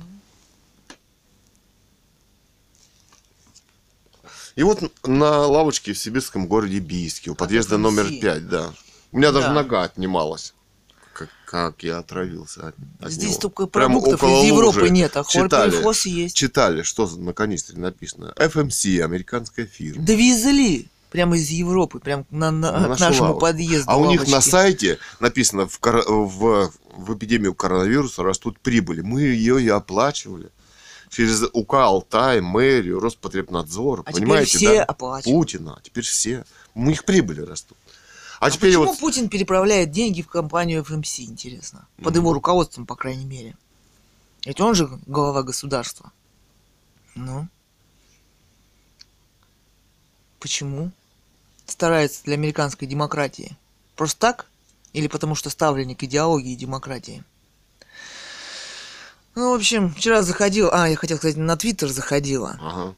И вот на лавочке в сибирском городе Бийске, у подъезда номер 5, да. У меня даже нога отнималась. Как я отравился от Здесь него. только Прямо продуктов около из Европы лужи нет, а хлорперлифоз есть. Читали, что на канистре написано. FMC, американская фирма. Довезли прямо из Европы, прямо к нашему лавочку. подъезду. А у них лавочки. на сайте написано, в эпидемию коронавируса растут прибыли. Мы ее и оплачивали. Через УК Алтай, мэрию, Роспотребнадзор. А понимаете, теперь все да? оплачивают. Путина. Теперь все. У них прибыли растут. А теперь почему вот... Путин переправляет деньги в компанию FMC, интересно? Под его руководством, по крайней мере. Ведь он же глава государства. Ну? Почему? Старается для американской демократии. Просто так? Или потому что ставленник идеологии демократии? Ну, в общем, вчера заходила... я хотел сказать, на Твиттер заходила. Ага.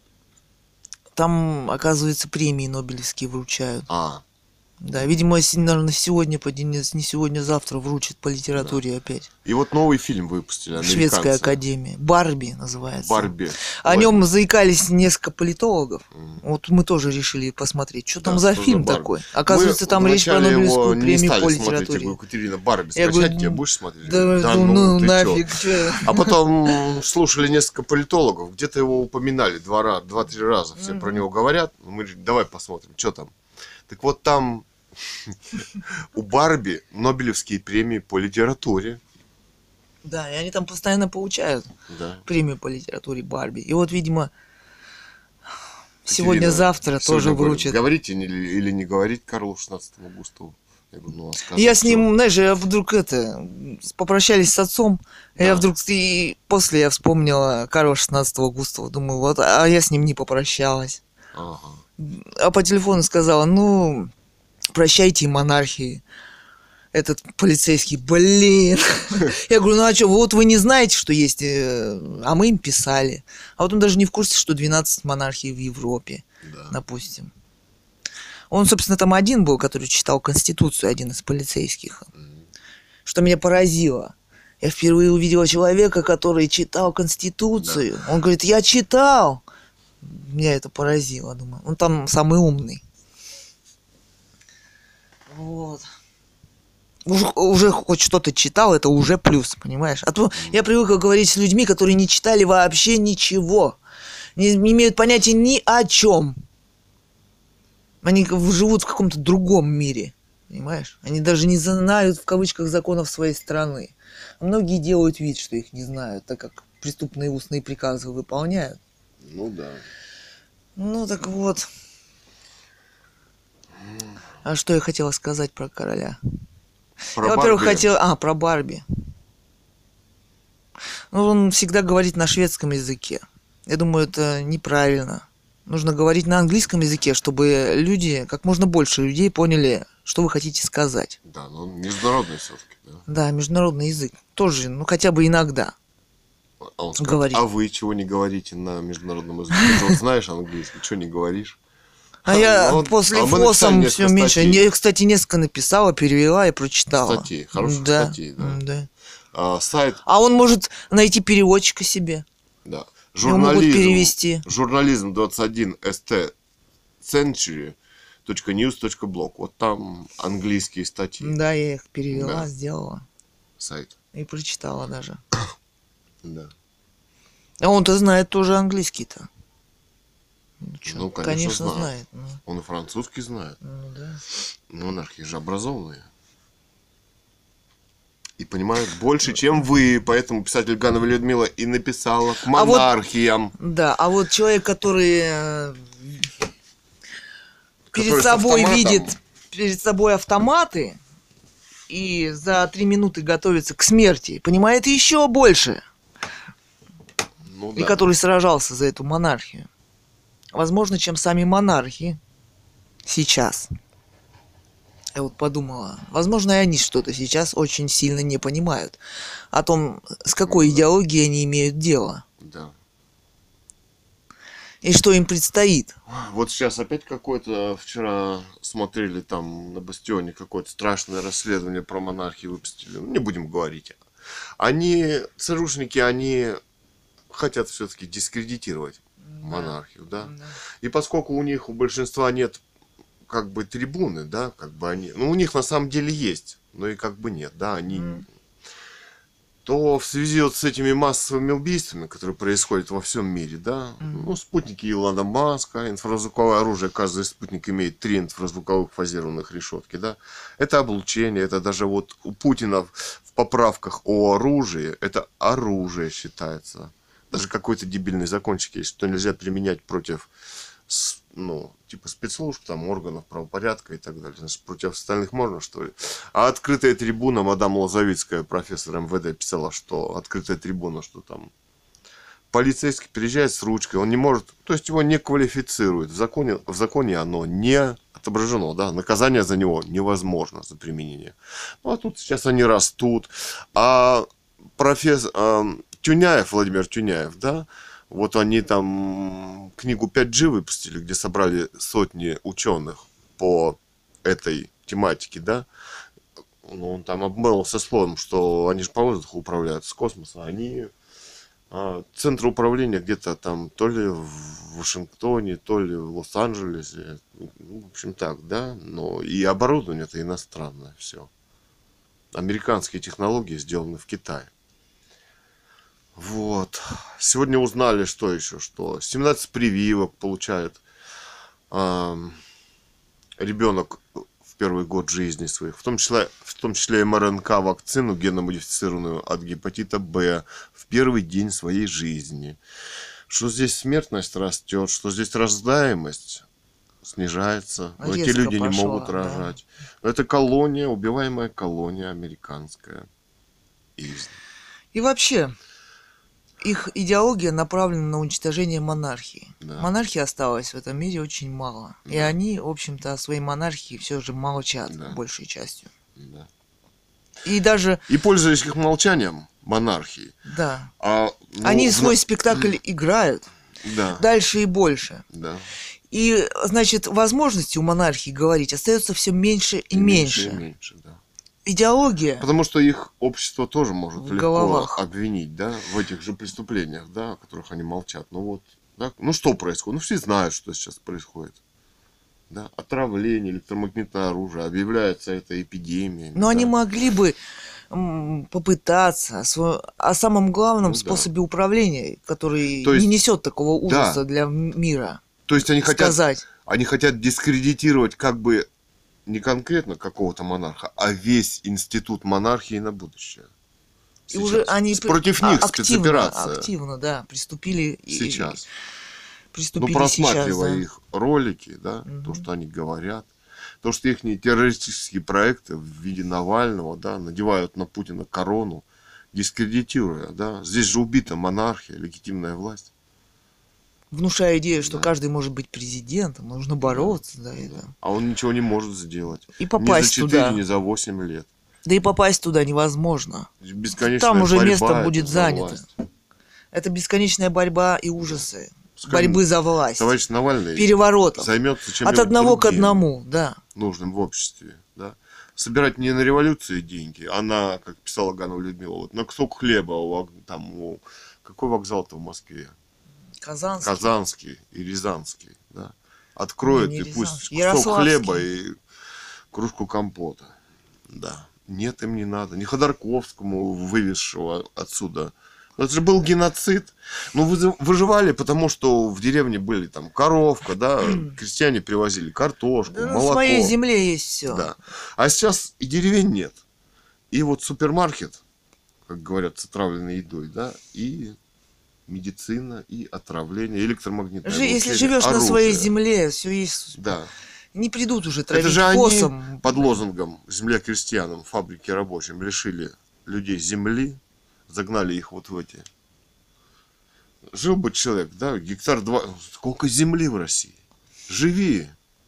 Там, оказывается, премии Нобелевские вручают. А. Да, видимо, наверное, сегодня, не сегодня, завтра вручат по литературе опять. И вот новый фильм выпустили американцы. Шведская академия. «Барби» называется. «Барби». О нем заикались несколько политологов. Вот мы тоже решили посмотреть. Что там за фильм такой? Оказывается, там речь про Нобелевскую премию по литературе. Я Екатерина, «Барби», Я скачать говорю, тебя будешь смотреть? Да ну нафиг. Чё? А потом слушали несколько политологов, где-то его упоминали 2-3 раза. Все про него говорят. Мы говорим, давай посмотрим, что там. Так вот там у «Барби» Нобелевские премии по литературе. Да, и они там постоянно получают премию по литературе «Барби». И вот, видимо, сегодня-завтра тоже вручат. Говорить или не говорить Карлу 16 Густаву? Я говорю, я с ним, знаешь, я вдруг попрощались с отцом, я вдруг и после я вспомнила Карла 16 Густава, думаю, вот, а я с ним не попрощалась. Ага. А по телефону сказала, прощайте, монархии. Этот полицейский, блин. Я говорю, а что, вот вы не знаете, что есть, а мы им писали. А вот он даже не в курсе, что 12 монархий в Европе, допустим. Он, собственно, там один был, который читал Конституцию, один из полицейских. Что меня поразило. Я впервые увидела человека, который читал Конституцию. Да. Он говорит, я читал. Меня это поразило, думаю. Он там самый умный. Вот. Уже хоть что-то читал, это уже плюс, понимаешь? А то я привыкла говорить с людьми, которые не читали вообще ничего. Не имеют понятия ни о чем. Они живут в каком-то другом мире, понимаешь? Они даже не знают, в кавычках, законов своей страны. А многие делают вид, что их не знают, так как преступные устные приказы выполняют. Ну да. Ну так вот. А что я хотела сказать про короля? Я, во-первых, хотела... про Барби. Он всегда говорит на шведском языке. Я думаю, это неправильно. Нужно говорить на английском языке, чтобы люди, как можно больше людей поняли, что вы хотите сказать. Да, но он международный все-таки, да? Да, международный язык. Тоже, хотя бы иногда. А он скажет, а вы чего не говорите на международном языке? Ты же знаешь английский, чего не говоришь? Я после ФОСом все меньше. Я, кстати, несколько написала, перевела и прочитала. Статей, хороших статей, да. Сайт... А он может найти переводчика себе. Да. Журнализм 21 stcentury.news.blog. Вот там английские статьи. Да, я их перевела, сделала. Сайт. И прочитала даже. Да. А он-то знает тоже английский-то. Конечно знает. Он и французский знает. Да. Монархи же образованные. И понимают больше, чем вы. Поэтому писатель Ганова Людмила и написала к монархиям. А вот человек, который перед собой видит перед собой автоматы и за 3 минуты готовится к смерти, понимает еще больше. И который сражался за эту монархию. Возможно, чем сами монархи сейчас. Я вот подумала, возможно, и они что-то сейчас очень сильно не понимают о том, с какой идеологией они имеют дело. Да. И что им предстоит? Вот сейчас опять какое-то, вчера смотрели там на Бастионе какое-то страшное расследование про монархию выпустили. Ну, не будем говорить. Они, ЦРУшники, они хотят все-таки дискредитировать монархию, да? И поскольку у них, у большинства нет как бы трибуны, да, как бы они, ну, у них на самом деле есть, но и как бы нет, да, они... то в связи вот с этими массовыми убийствами, которые происходят во всем мире, да, ну, спутники Илона Маска, инфразвуковое оружие, каждый спутник имеет 3 инфразвуковых фазированных решетки, да, это облучение, это даже вот у Путина в поправках о оружии, это оружие считается. Даже какой-то дебильный закончик есть, что нельзя применять против, ну, типа спецслужб, там, органов правопорядка и так далее. Значит, против остальных можно, что ли? А открытая трибуна, мадам Лозовицкая, профессор МВД, писала, что открытая трибуна, что там полицейский приезжает с ручкой, он не может, то есть его не квалифицируют. В законе оно не отображено, да, наказание за него невозможно, за применение. Ну, а тут сейчас они растут. А профессор Тюняев, Владимир Тюняев, да, вот они там книгу 5G выпустили, где собрали сотни ученых по этой тематике, да. Ну, он там обмылся словом, что они же по воздуху управляют с космоса. Они центр управления где-то там то ли в Вашингтоне, то ли в Лос-Анджелесе. Ну, в общем так, да. Но и оборудование это иностранное все. Американские технологии сделаны в Китае. Вот. Сегодня узнали, что еще, что 17 прививок получает ребенок в первый год жизни своих, в том числе МРНК-вакцину, генно-модифицированную от гепатита Б, в первый день своей жизни. Что здесь смертность растет, что здесь рождаемость снижается, но эти люди не могут рожать. Да. Это колония, убиваемая колония американская. И вообще... их идеология направлена на уничтожение монархии. Да. Монархии осталось в этом мире очень мало. Да. И они, в общем-то, о своей монархии все же молчат, да, большей частью. Да. И даже... И пользуясь их молчанием, монархии. Да. Они свой спектакль играют. Да. Дальше и больше. Да. И, значит, возможности у монархии говорить остается все меньше и меньше. И меньше, да. Идеология. Потому что их общество тоже может легко головах обвинить, да, в этих же преступлениях, да, о которых они молчат. Ну вот, да, ну что происходит? Ну все знают, что сейчас происходит. Да, отравление, электромагнитное оружие, объявляется это эпидемией. Но да, они могли бы попытаться о самом главном способе управления, который не несет такого ужаса для мира. То есть они хотят дискредитировать как бы не конкретно какого-то монарха, а весь институт монархии на будущее. И уже они против них спецоперация. Активно, да, приступили. Сейчас. Приступили просматривая сейчас, их ролики, да, то, что они говорят, то, что их террористические проекты в виде Навального, да, надевают на Путина корону, дискредитируя, да. Здесь же убита монархия, легитимная власть. Внушая идею, что каждый может быть президентом, нужно бороться за это. А он ничего не может сделать. И попасть ни за 4, ни за 8 лет. Да и попасть туда невозможно. Бесконечная там уже борьба, место будет занято. Власть. Это бесконечная борьба и ужасы. Борьбы за власть. Товарищ Навальный переворотов. Займется чем-нибудь от одного другим, к одному, да. Нужным в обществе, да. Собирать не на революцию деньги, а на, как писала Ганова Людмила, вот на кусок хлеба, там, какой вокзал-то в Москве? Казанский и Рязанский, да. Откроют и пусть кусок хлеба и кружку компота. Да. Нет, им не надо. Не Ходорковскому, вывезшего отсюда. Это же был геноцид. Ну, выживали, потому что в деревне были там коровка, да, крестьяне привозили картошку, молоко. На своей земле есть все. Да. А сейчас и деревень нет. И вот супермаркет, как говорят, с отравленной едой, да, и медицина, и отравление, электромагнитное облучение, если живешь оружие. На своей земле, все есть. Да. Не придут уже травить это же фосом. Они под лозунгом «Земля крестьянам, фабрики рабочим» лишили людей земли, загнали их вот в эти. Жил бы человек, да, гектар 2. Сколько земли в России? Живи.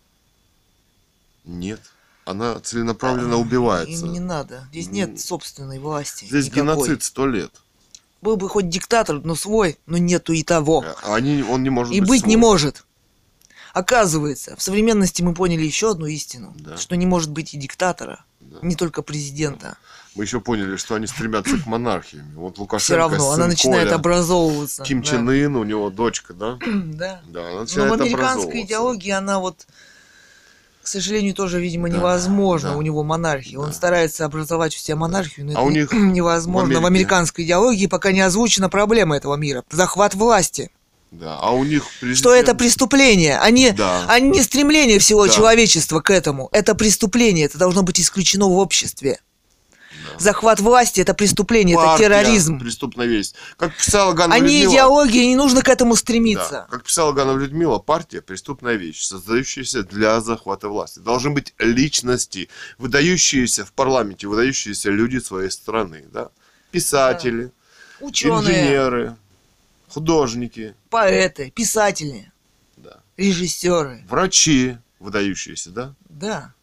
Нет. Она целенаправленно убивается. Им не надо. Здесь нет собственной власти. Здесь никакой. Геноцид 100 лет. Был бы хоть диктатор, но свой, но нету и того. Он не может И быть не может. Оказывается, в современности мы поняли еще одну истину, что не может быть и диктатора, не только президента. Мы еще поняли, что они стремятся к монархии. Вот Лукашенко, все равно, она начинает образовываться. Ким Чен Ын, у него дочка, да? Да. Она начинает Но в американской образовываться. идеологии она вот, к сожалению, тоже, видимо, невозможно у него монархия. Он старается образовать у себя монархию, но это у них невозможно. В американской идеологии пока не озвучена проблема этого мира. Захват власти. Да, а у них президент... Что это преступление, а не стремление всего человечества к этому. Это преступление, это должно быть исключено в обществе. Да. Захват власти – это преступление, Партия, это терроризм. Преступная вещь. Как писала Ганова Людмила... Людмила... идеология, не нужно к этому стремиться. Да. Как писала Ганова Людмила, партия – преступная вещь, создающаяся для захвата власти. Должны быть личности, выдающиеся в парламенте, выдающиеся люди своей страны. Да? Писатели, ученые, инженеры, художники, поэты, писатели, режиссеры, врачи выдающиеся, да? Да.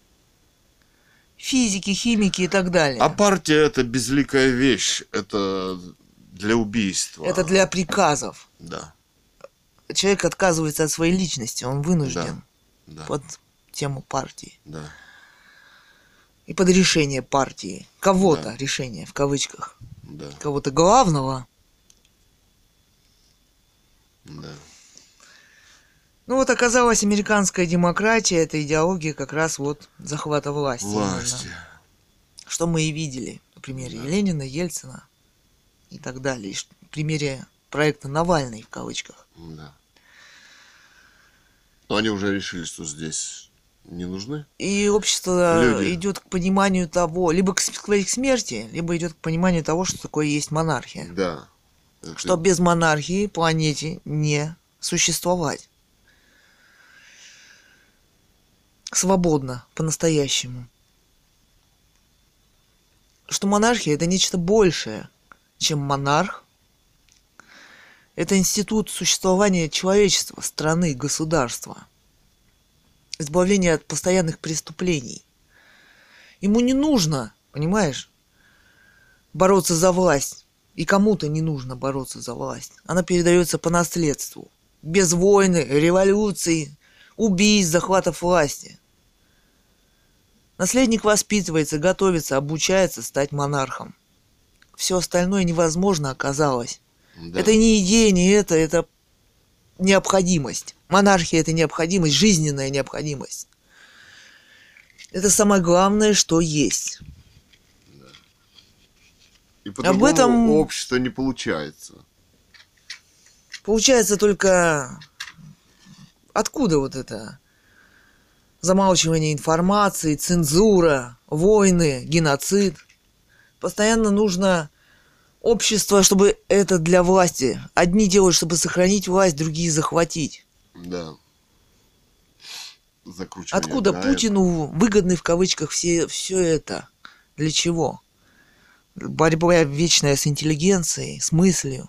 Физики, химики и так далее. А партия – это безликая вещь, это для убийства. Это для приказов. Да. Человек отказывается от своей личности, он вынужден под тему партии. Да. И под решение партии. Кого-то решение, в кавычках. Да. Кого-то главного. Да. Ну вот оказалась американская демократия, это идеология как раз вот захвата власти. Что мы и видели на примере Ленина, Ельцина и так далее. И на примере проекта Навальный в кавычках. Да. Но они уже решили, что здесь не нужны. И общество идет к пониманию того, либо к смерти, либо идет к пониманию того, что такое есть монархия. Да. Что без монархии планете не существовать. Свободно, по-настоящему. Что монархия – это нечто большее, чем монарх. Это институт существования человечества, страны, государства. Избавление от постоянных преступлений. Ему не нужно, понимаешь, бороться за власть. И кому-то не нужно бороться за власть. Она передается по наследству. Без войны, революций, убийств, захватов власти. Наследник воспитывается, готовится, обучается стать монархом. Все остальное невозможно оказалось. Да. Это не идея, не это необходимость. Монархия – это необходимость, жизненная необходимость. Это самое главное, что есть. Да. И по-другому об этом общество не получается. Получается только... Откуда вот это? Замалчивание информации, цензура, войны, геноцид. Постоянно нужно общество, чтобы это для власти. Одни делают, чтобы сохранить власть, другие захватить. Да. Откуда Путину выгодны в кавычках все это? Для чего? Борьба вечная с интеллигенцией, с мыслью.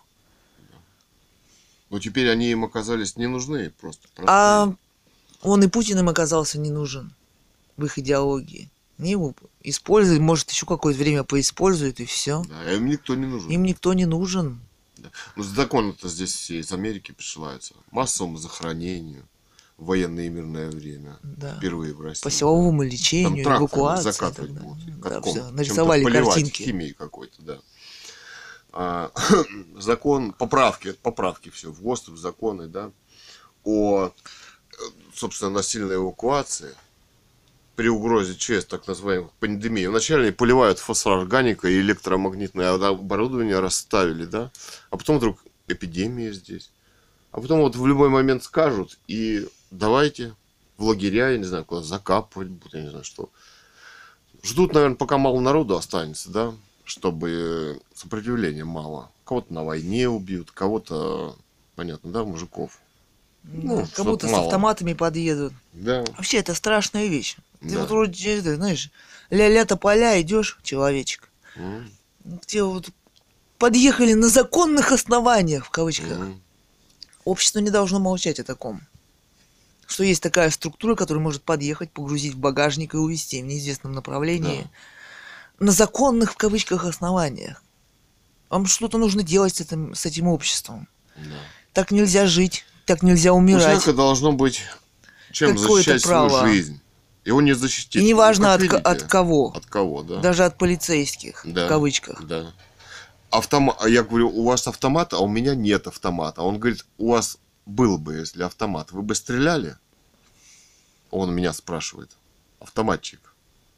Но теперь они им оказались не нужны просто. А он и Путин им оказался не нужен в их идеологии. Они его используют, может, еще какое-то время поиспользуют, и все. Да, им никто не нужен. Им никто не нужен. Да. Ну, законы-то здесь все из Америки присылаются. Массовому захоронению, военное и мирное время. Да. Впервые в России. По силовому лечению, эвакуации. Закатывать будут. Да, все. Нарисовали картинки. Химией какой-то, да. Закон, поправки все, в ГОСТ, в законы, да, о, собственно, насильной эвакуации при угрозе ЧС, так называемых пандемий. Вначале они поливают фосфорорганика и электромагнитное оборудование расставили, да, а потом вдруг эпидемия здесь. А потом вот в любой момент скажут, и давайте в лагеря, я не знаю, куда закапывать будут, я не знаю что. Ждут, наверное, пока мало народу останется, да, чтобы сопротивления мало. Кого-то на войне убьют, кого-то, понятно, да, мужиков. Ну, кому-то с автоматами подъедут. Да. Вообще, это страшная вещь. Да. Ты вот вроде, знаешь, ля-ля тополя идешь, человечек. Тебе вот подъехали на законных основаниях, в кавычках. Общество не должно молчать о таком. Что есть такая структура, которая может подъехать, погрузить в багажник и увезти в неизвестном направлении. Да. На законных, в кавычках, основаниях. Вам что-то нужно делать с этим обществом. Да. Так нельзя жить, так нельзя У умирать. человека должно быть чем Какое-то защищать свою право. жизнь. Его не защитить. И неважно Как от видите, кого. От кого, да. Даже от полицейских, Да, в кавычках. Да. Я говорю, у вас автомат, а у меня нет автомата. Он говорит, у вас был бы, если автомат, вы бы стреляли? Он меня спрашивает. Автоматчик.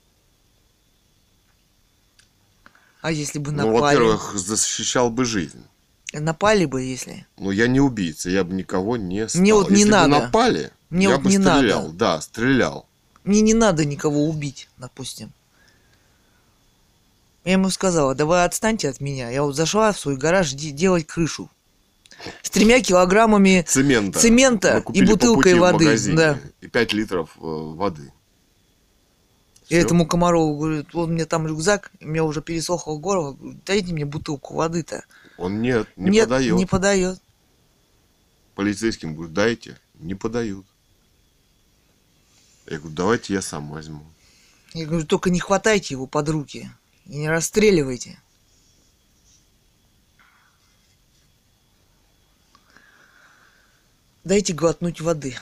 А если бы Ну, напали? во-первых, защищал бы жизнь. Напали бы, если. Но я не убийца, я бы никого не стал. Мне вот не Если надо. бы напали, Мне я вот бы не стрелял. надо. Да, стрелял. Мне не надо никого убить, допустим. Я ему сказала, давай отстаньте от меня. Я вот зашла в свой гараж делать крышу. С 3 килограммами цемента и бутылкой воды. Да. И 5 литров воды. И этому Комарову говорю, вот у меня там рюкзак, у меня уже пересохло горло. Говорю, дайте мне бутылку воды-то. Он нет, Нет, подает. не подает. Полицейским говорю, дайте. Не подают. Я говорю, давайте я сам возьму. Я говорю, только не хватайте его под руки и не расстреливайте. Дайте глотнуть воды.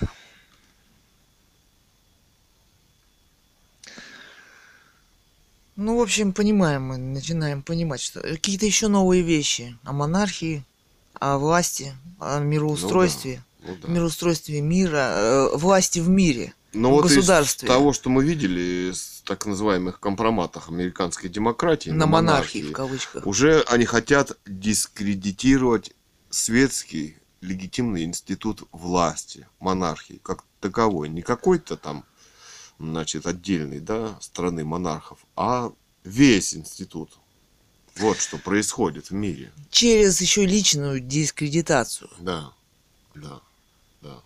Ну, в общем, понимаем мы, начинаем понимать, что какие-то еще новые вещи о монархии, о власти, о мироустройстве, Ну да. мироустройстве мира, власти в мире, Но в вот государстве. из того, что мы видели, из так называемых компроматах американской демократии На монархии, в кавычках. уже они хотят дискредитировать светский легитимный институт власти, монархии, как таковой. Не какой-то там, значит, отдельной, да, страны монархов, а весь институт. Вот что происходит в мире. Через еще личную дискредитацию. Да, да, да.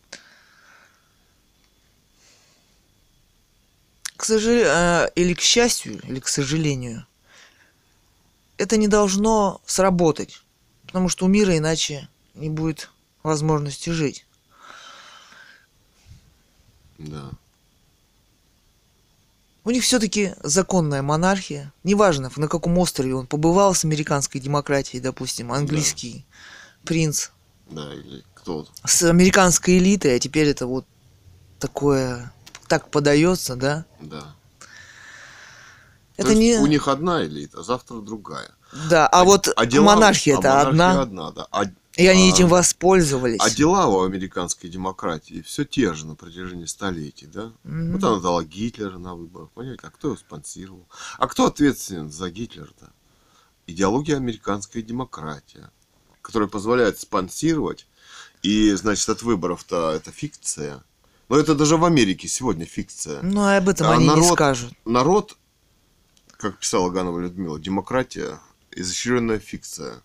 К сожалению, или к счастью, или к сожалению, это не должно сработать, потому что у мира иначе не будет возможности жить. Да. У них все-таки законная монархия. Неважно, на каком острове он побывал с американской демократией, допустим, английский принц Да, или кто-то. с американской элитой, а теперь это вот такое, так подается, да? Да. Это То есть не... у них одна элита, завтра другая. Да, а вот монархия-то одна, да. и они этим воспользовались. А дела у американской демократии все те же на протяжении столетий, да? Мгм. Вот она дала Гитлера на выборах, понимаете? А кто его спонсировал? А кто ответственен за Гитлера-то? Идеология американской демократии, которая позволяет спонсировать, и, значит, от выборов-то это фикция. Но это даже в Америке сегодня фикция. Ну, а об этом А они не скажут. Народ, как писала Ганова Людмила, демократия – изощренная фикция.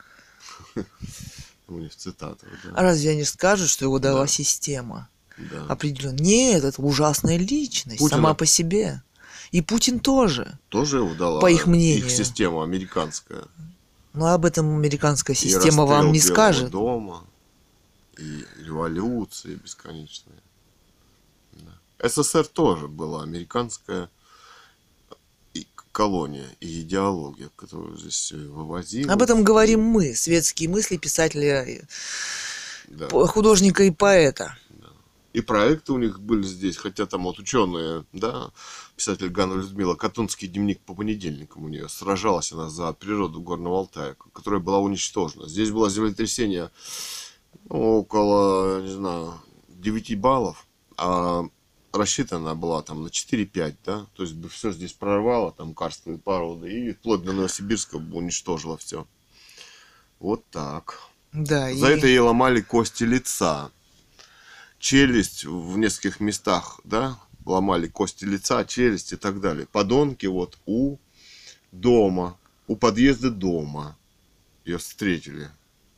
У них цитата. А разве они скажут, что его дала Да. система? Да. Определенно. Нет, это ужасная личность, Путина- сама по себе. И Путин тоже. Тоже его дала По их мнению. их система американская. Но об этом американская И система вам расстрел не Белого скажет. дома, и революции бесконечные. Да. СССР тоже была американская колония и идеология, которую здесь все вывозила. Об этом говорим мы, светские мысли писателя, Да. художника и поэта. И проекты у них были здесь, хотя там вот ученые, да, писатель Ганна Людмила, Катунский дневник по понедельникам у нее, сражалась она за природу Горного Алтая, которая была уничтожена. Здесь было землетрясение около, не знаю, 9 баллов, а рассчитана была там на 4-5, да, то есть бы все здесь прорвало, там карстовые породы, и вплоть до Новосибирска уничтожило все. Вот так. Да, За это ей ломали кости лица. Челюсть в нескольких местах, да, ломали кости лица, челюсть и так далее. Подонки вот у дома, у подъезда дома ее встретили.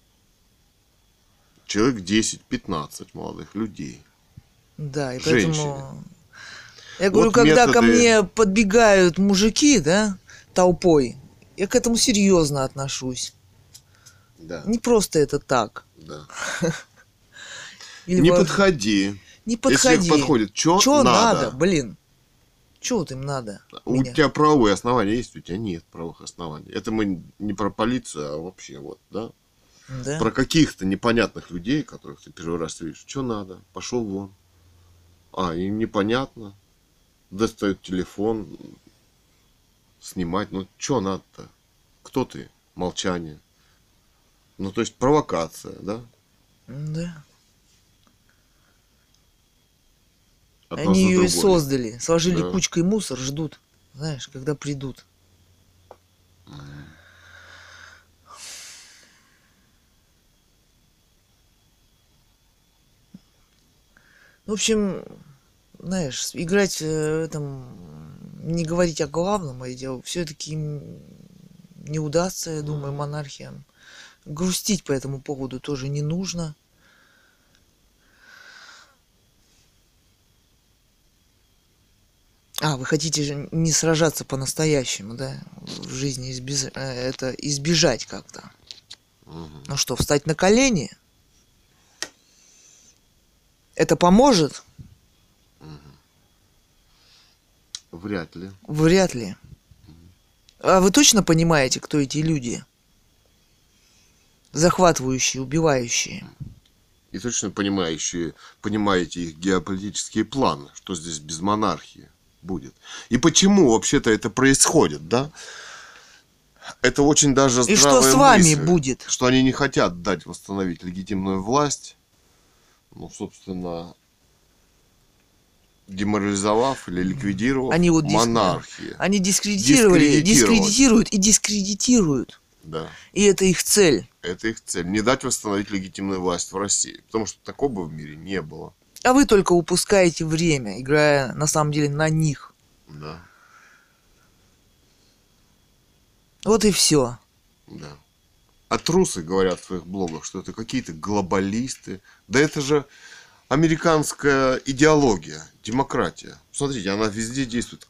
Человек 10-15 молодых людей. Да, и Женщины. поэтому... Я говорю, Вот когда ко методы- мне подбегают мужики, да, толпой, я к этому серьезно отношусь. Да, Не просто это так. да. Или Не во- подходи. Не подходи. Если подходит, что Чё надо? надо, блин? Чего вот им надо? У тебя правовые основания есть, у тебя нет правовых оснований. Это мы не про полицию, а вообще вот, да? Да. Про каких-то непонятных людей, которых ты первый раз видишь. Что надо? Пошел вон. Им непонятно. Достает телефон. Снимать. Ну, что надо-то? Кто ты? Молчание. Ну, то есть провокация, да? Да. Одно Они за ее и другой. создали. Сложили Да. кучкой мусор, ждут. Знаешь, когда придут. В общем, знаешь, играть в этом, не говорить о главном, все-таки не удастся, я думаю, монархиям. Грустить по этому поводу тоже не нужно. Вы хотите же не сражаться по-настоящему, да? В жизни это избежать как-то. Ну что, встать на колени? Это поможет? Вряд ли. Вряд ли. А вы точно понимаете, кто эти люди? Захватывающие, убивающие. И точно понимаете их геополитические планы, что здесь без монархии будет. И почему вообще-то это происходит, да? Это очень даже здравая И что с вами мысль, будет? что они не хотят восстановить легитимную власть, собственно, деморализовав или ликвидировав монархию. Они дискредитируют и дискредитируют. Да. И это их цель. Это их цель. Не дать восстановить легитимную власть в России. Потому что такого бы в мире не было. А вы только упускаете время, играя на самом деле на них. Да. Вот и все. Да. А трусы говорят в своих блогах, что это какие-то глобалисты. Да это же американская идеология, демократия. Смотрите, она везде действует.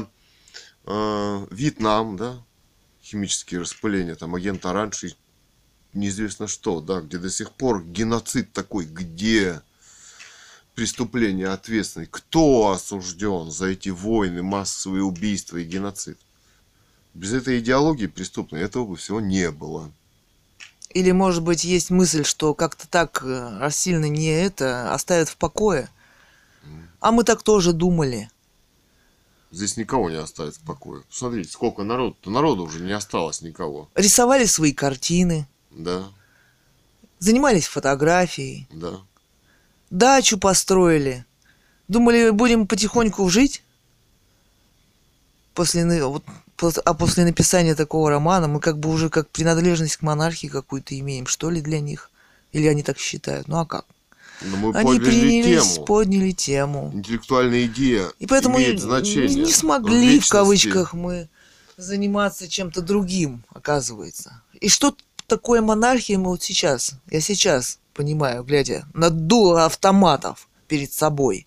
Вьетнам, да, химические распыления, там агент Оранж и неизвестно что, да, где до сих пор геноцид такой, где преступление ответственное, кто осужден за эти войны, массовые убийства и геноцид. Без этой идеологии преступной этого бы всего не было. Или, может быть, есть мысль, что как-то так сильно не это оставят в покое. А мы так тоже думали. Здесь никого не оставят в покое. Посмотрите, сколько народу-то. Народу уже не осталось никого. Рисовали свои картины. Да. Занимались фотографией. Да. Дачу построили. Думали, будем потихоньку жить? После написания такого романа мы как бы уже как принадлежность к монархии какую-то имеем, что ли, для них? Или они так считают? Ну а как? Но мы Они тему. подняли тему. Интеллектуальная идея И поэтому имеет значение. не смогли, в кавычках, мы заниматься чем-то другим, оказывается. И что такое монархия мы вот сейчас, я сейчас понимаю, глядя на дуло автоматов перед собой.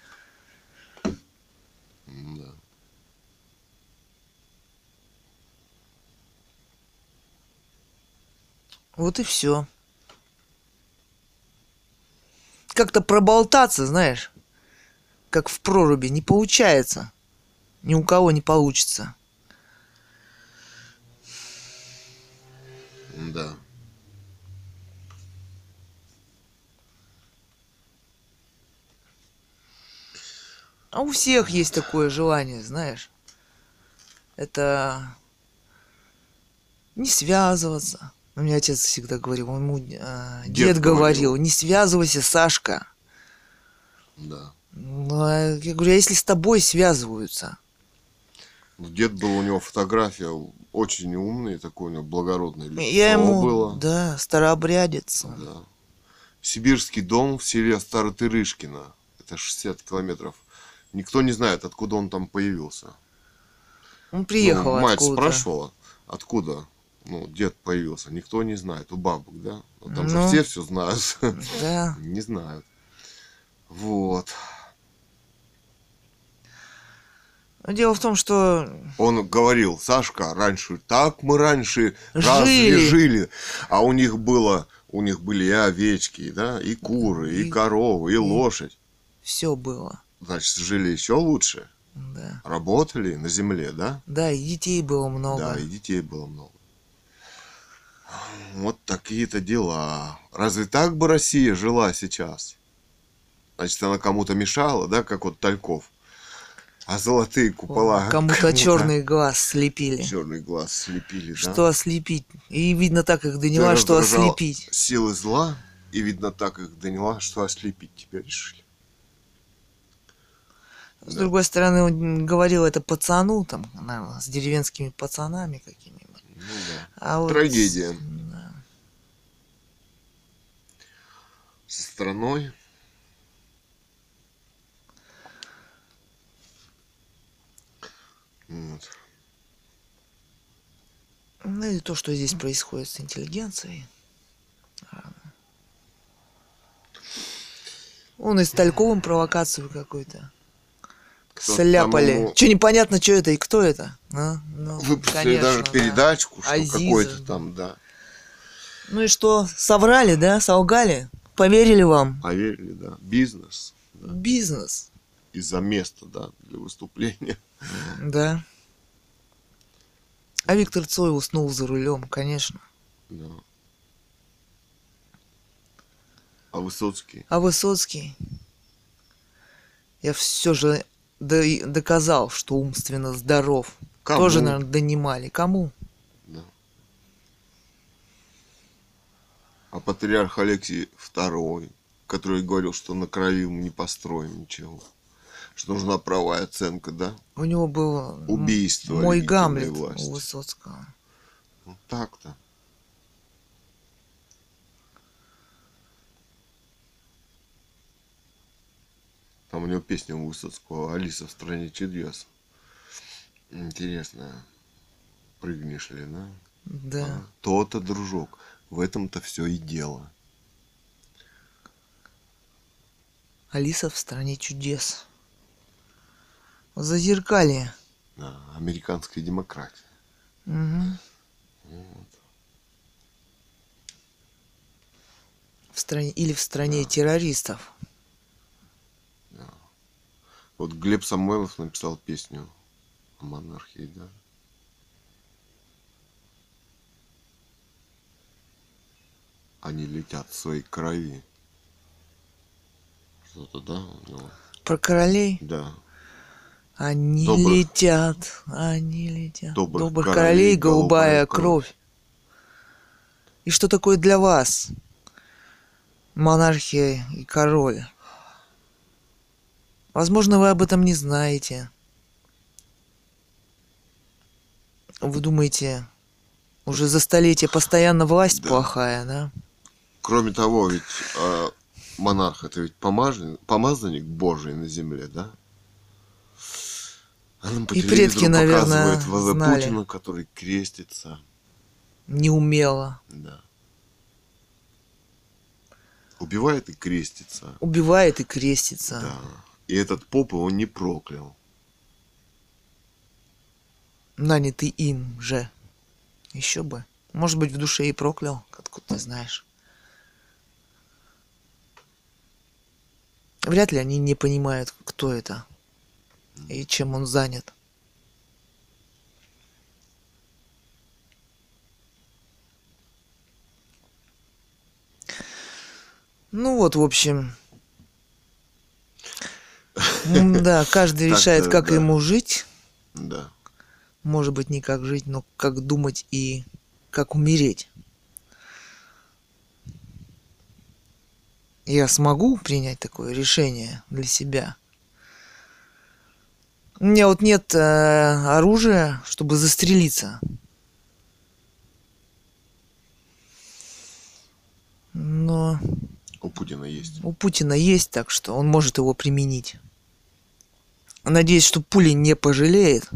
Да. Вот и все. Как-то проболтаться, знаешь, как в проруби, не получается. Ни у кого не получится. Да. А у всех есть такое желание, знаешь. Это не связываться. У меня отец всегда говорил, ему дед говорил, не связывайся, Сашка. Да. Ну, я говорю, а если с тобой связываются? Дед был, у него фотография очень умный, такой у него благородный лицо Я ему, было. да, старообрядец. Да. Сибирский дом в селе Старотырышкино. Это 60 километров. Никто не знает, откуда он там появился. Он приехал мать откуда-то. спрашивала, откуда дед появился. Никто не знает. У бабок, да? Там же все знают. Да. Не знают. Вот. Дело в том, что... Он говорил, Сашка, мы раньше разве жили, а у них были и овечки, да, и куры, и коровы, и лошадь. Все было. Значит, жили еще лучше. Да. Работали на земле, да? Да, и детей было много. Да, и детей было много. Вот такие-то дела. Разве так бы Россия жила сейчас? Значит, она кому-то мешала, да, как вот Тальков. А золотые купола Кому-то черный глаз слепили. черный глаз слепили, да? Что ослепить? И видно так их Ты доняла, что раздражал ослепить. силы зла, и видно так их доняла, что ослепить тебя решили. С другой стороны, он говорил это пацану, там, наверное, с деревенскими пацанами какими-нибудь. Ну да. А вот, Трагедия. да. Со страной. Вот. Ну и то, что здесь происходит с интеллигенцией. Он и с Тальковым провокацию какую-то сляпали. Ему... Че непонятно, что это и кто это. А? Ну, Выпустили конечно, даже передачку, что Азиза. какой-то там, да. Ну и что, соврали, да? Солгали? Поверили вам? Поверили, да. Бизнес. Да. Бизнес. Из-за места, да, для выступления. Да. А Виктор Цой уснул за рулем, конечно. Да. А Высоцкий? А Высоцкий? Я все же доказал, что умственно здоров. Кому? Тоже, наверное, донимали. Кому? Да. А патриарх Алексий II, который говорил, что на крови мы не построим ничего. Что нужна правая оценка, да? У него был Убийство мой легитимной Гамлет власти. у Высоцкого. Вот так-то. Там у него песня у Высоцкого «Алиса в стране чудес». Интересно, прыгнешь ли, да? Да. А, то-то, дружок, в этом-то все и дело. Алиса в стране чудес. Зазеркалье. Да, американская демократия. Угу. Вот. В стране или в стране террористов. Да. Вот Глеб Самойлов написал песню о монархии, да. Они летят в своей крови. Что-то, да, у него? Про королей? Да. Они летят, они летят. Добрых королей голубая кровь. И что такое для вас монархия и король? Возможно, вы об этом не знаете. Вы думаете, уже за столетие постоянно власть плохая, да? Кроме того, ведь монарх это ведь помазанник Божий на земле, да? А нам по И предки, наверное, показывают знали. Путина, который крестится. Неумело. Да. Убивает и крестится. Убивает и крестится. Да. И этот поп его не проклял. Нанятый им же. Еще бы. Может быть, в душе и проклял, откуда ты знаешь. Вряд ли они не понимают, кто это и чем он занят. Ну вот, в общем. Да, каждый решает, как ему жить. Да. Может быть, не как жить, но как думать и как умереть. Я смогу принять такое решение для себя? У меня вот нет оружия, чтобы застрелиться. Но У Путина есть. у Путина есть, так что он может его применить. Надеюсь, что пули не пожалеет.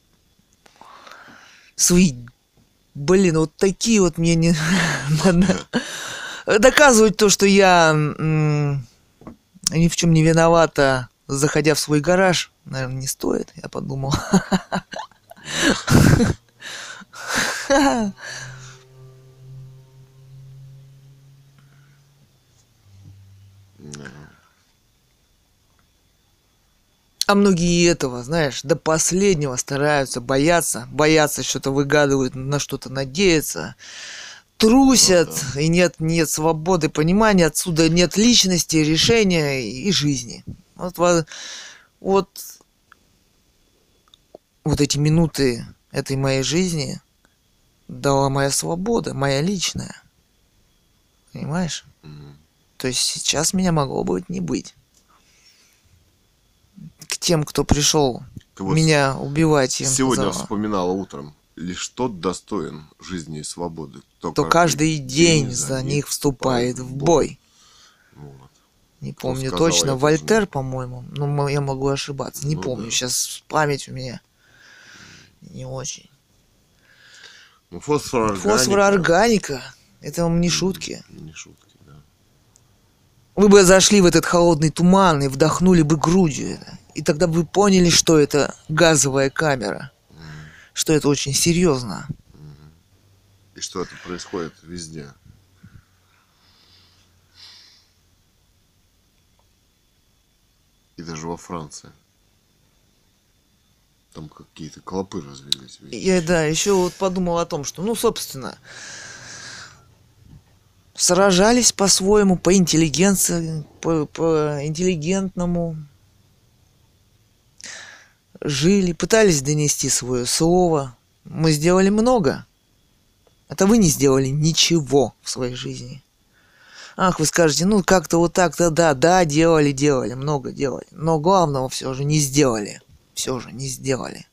Свои, блин, вот такие вот мне не надо доказывать то, что я ни в чем не виновата, заходя в свой гараж, наверное, не стоит, я подумал. А многие этого, знаешь, до последнего стараются, боятся что-то выгадывают, на что-то надеются, трусят, и нет свободы, понимания, отсюда нет личности, решения и жизни. Вот эти минуты этой моей жизни дала моя свобода, моя личная. Понимаешь? То есть сейчас меня могло бы не быть. К тем, кто пришел меня убивать. Сегодня вспоминала утром: лишь тот достоин жизни и свободы, кто каждый день за них вступает в бой. Вот. Не помню точно, Вольтер, по-моему. Но я могу ошибаться. Не помню. Сейчас память у меня не очень. Фосфорорганика. Это вам не шутки. Не шутки, да. Вы бы зашли в этот холодный туман и вдохнули бы грудью это. И тогда бы вы поняли, что это газовая камера. Что это очень серьезно. И что это происходит везде. И даже во Франции. Там какие-то клопы развелись. Я, еще вот подумал о том, что, собственно, сражались по-своему, по интеллигенции, по интеллигентному. Жили, пытались донести свое слово. Мы сделали много. Это вы не сделали ничего в своей жизни. Ах, вы скажете, как-то вот так-то, да, делали, много делали. Но главного все же не сделали. Все же не сделали.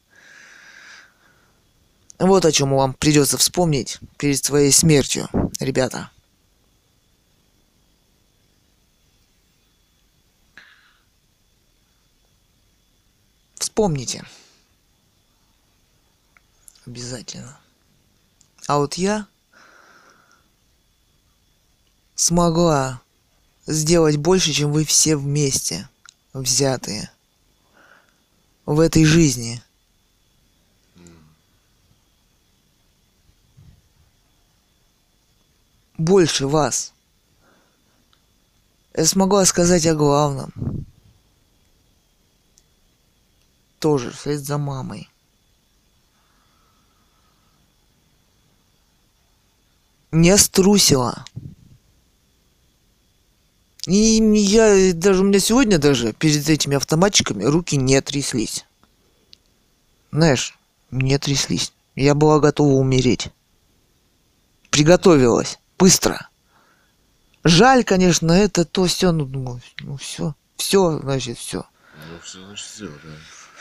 Вот о чем вам придется вспомнить перед своей смертью, ребята. Вспомните. Обязательно. А вот я смогла сделать больше, чем вы все вместе взятые в этой жизни. Больше вас. Я смогла сказать о главном. Тоже вслед за мамой. Не струсила. И я даже, у меня сегодня даже перед этими автоматчиками руки не тряслись. Знаешь, не тряслись. Я была готова умереть. Приготовилась. Быстро. Жаль, конечно, это то все, думаю, все. Все, значит, все. Все, значит, все, да.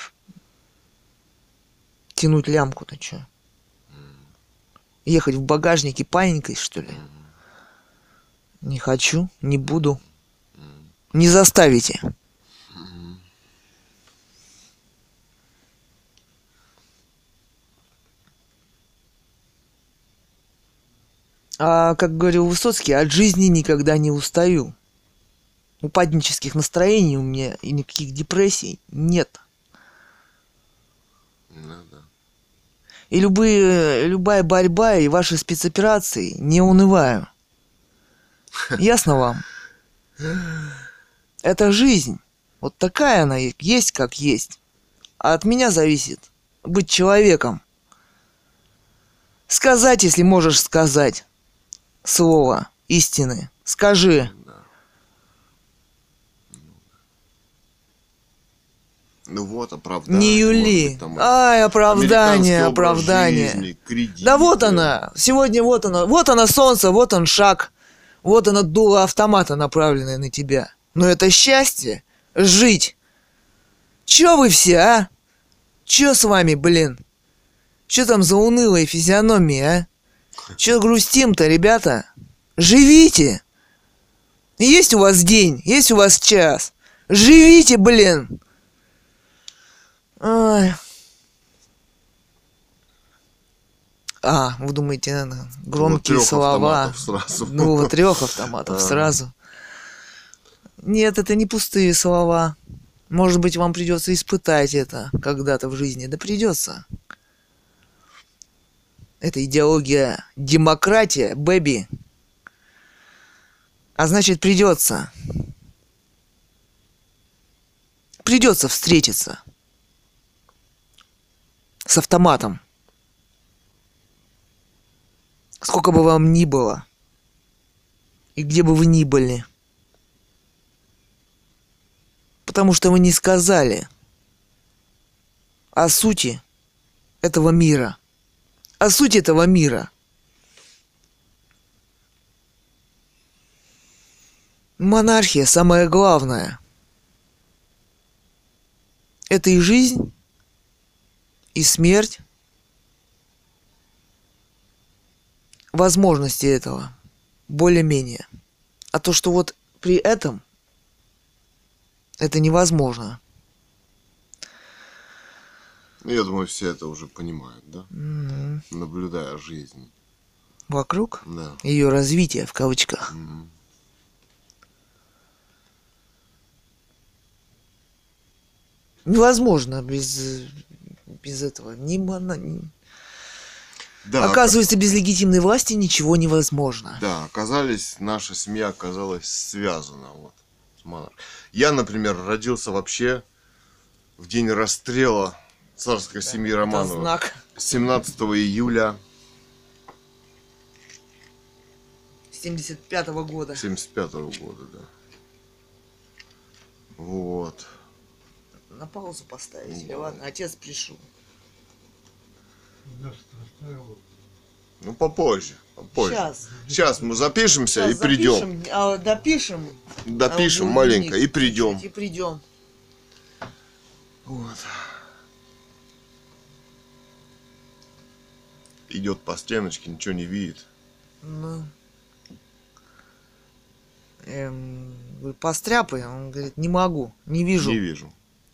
Тянуть лямку-то что? Ехать в багажнике паинькой, что ли? Не хочу, не буду. Не заставите. А, как говорил Высоцкий, от жизни никогда не устаю. Упаднических настроений у меня и никаких депрессий нет. Да. И любая борьба и ваши спецоперации, не унываю. Ясно вам? Это жизнь. Вот такая она есть, как есть. А от меня зависит быть человеком. Сказать, если можешь сказать слово истины. Скажи. Вот оправдание. Не юли. Ай, оправдание. Жизни, кредиты. Да вот она. Сегодня вот она. Вот она солнце, вот он шаг. Вот она дуло автомата, направленное на тебя. Но это счастье. Жить. Чё вы все, а? Чё с вами, блин? Чё там за унылые физиономии, а? Чё грустим-то, ребята? Живите! Есть у вас день, есть у вас час. Живите, блин! Ой. А, вы думаете, громкие слова. 3 автоматов сразу. Нет, это не пустые слова. Может быть, вам придется испытать это когда-то в жизни. Да придется. Это идеология демократия, бэби. А значит, придется. придется встретиться с автоматом. Сколько бы вам ни было, и где бы вы ни были. Потому что вы не сказали о сути этого мира. О сути этого мира. Монархия самое главное. Это и жизнь, и смерть. Возможности этого более-менее. А то, что вот при этом это невозможно. Я думаю, все это уже понимают, да? Наблюдая жизнь. Вокруг? Да. Ее развитие, в кавычках. Невозможно без этого. Да, оказывается, без легитимной власти ничего невозможно. Да, наша семья оказалась связана вот, с монархией. Я, например, родился вообще в день расстрела царской семьи Романовых. Знак. 17 июля 75-го года. 75-го года, да. Вот. На паузу поставить? Или ладно, отец пришел. Ну, попозже. Сейчас мы запишемся Сейчас и придем. Допишем маленько и придем. И придем. Вот. Идет по стеночке, ничего не видит. Ну. Вы постряпай, он говорит, не могу, не вижу. Не вижу.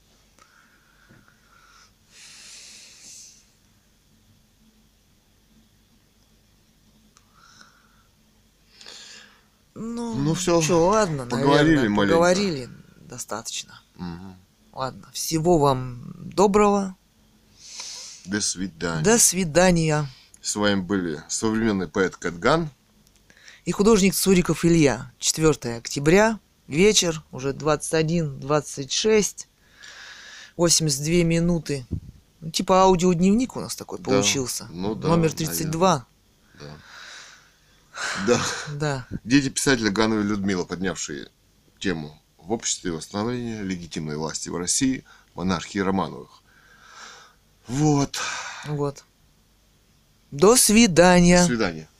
Ну все, что, ладно, поговорили, наверное, маленько. Поговорили достаточно. Угу. Ладно, всего вам доброго. До свидания. До свидания. С вами были современный поэт Кэтган и художник Цуриков Илья. 4 октября, вечер, уже 21:26, 82 минуты. Ну, типа аудиодневник у нас такой получился. Ну, да, Номер 32. Наверное. Да. Да. Дети писателя Ганова и Людмила, поднявшие тему в обществе восстановления легитимной власти в России, монархии Романовых. Вот. До свидания. До свидания.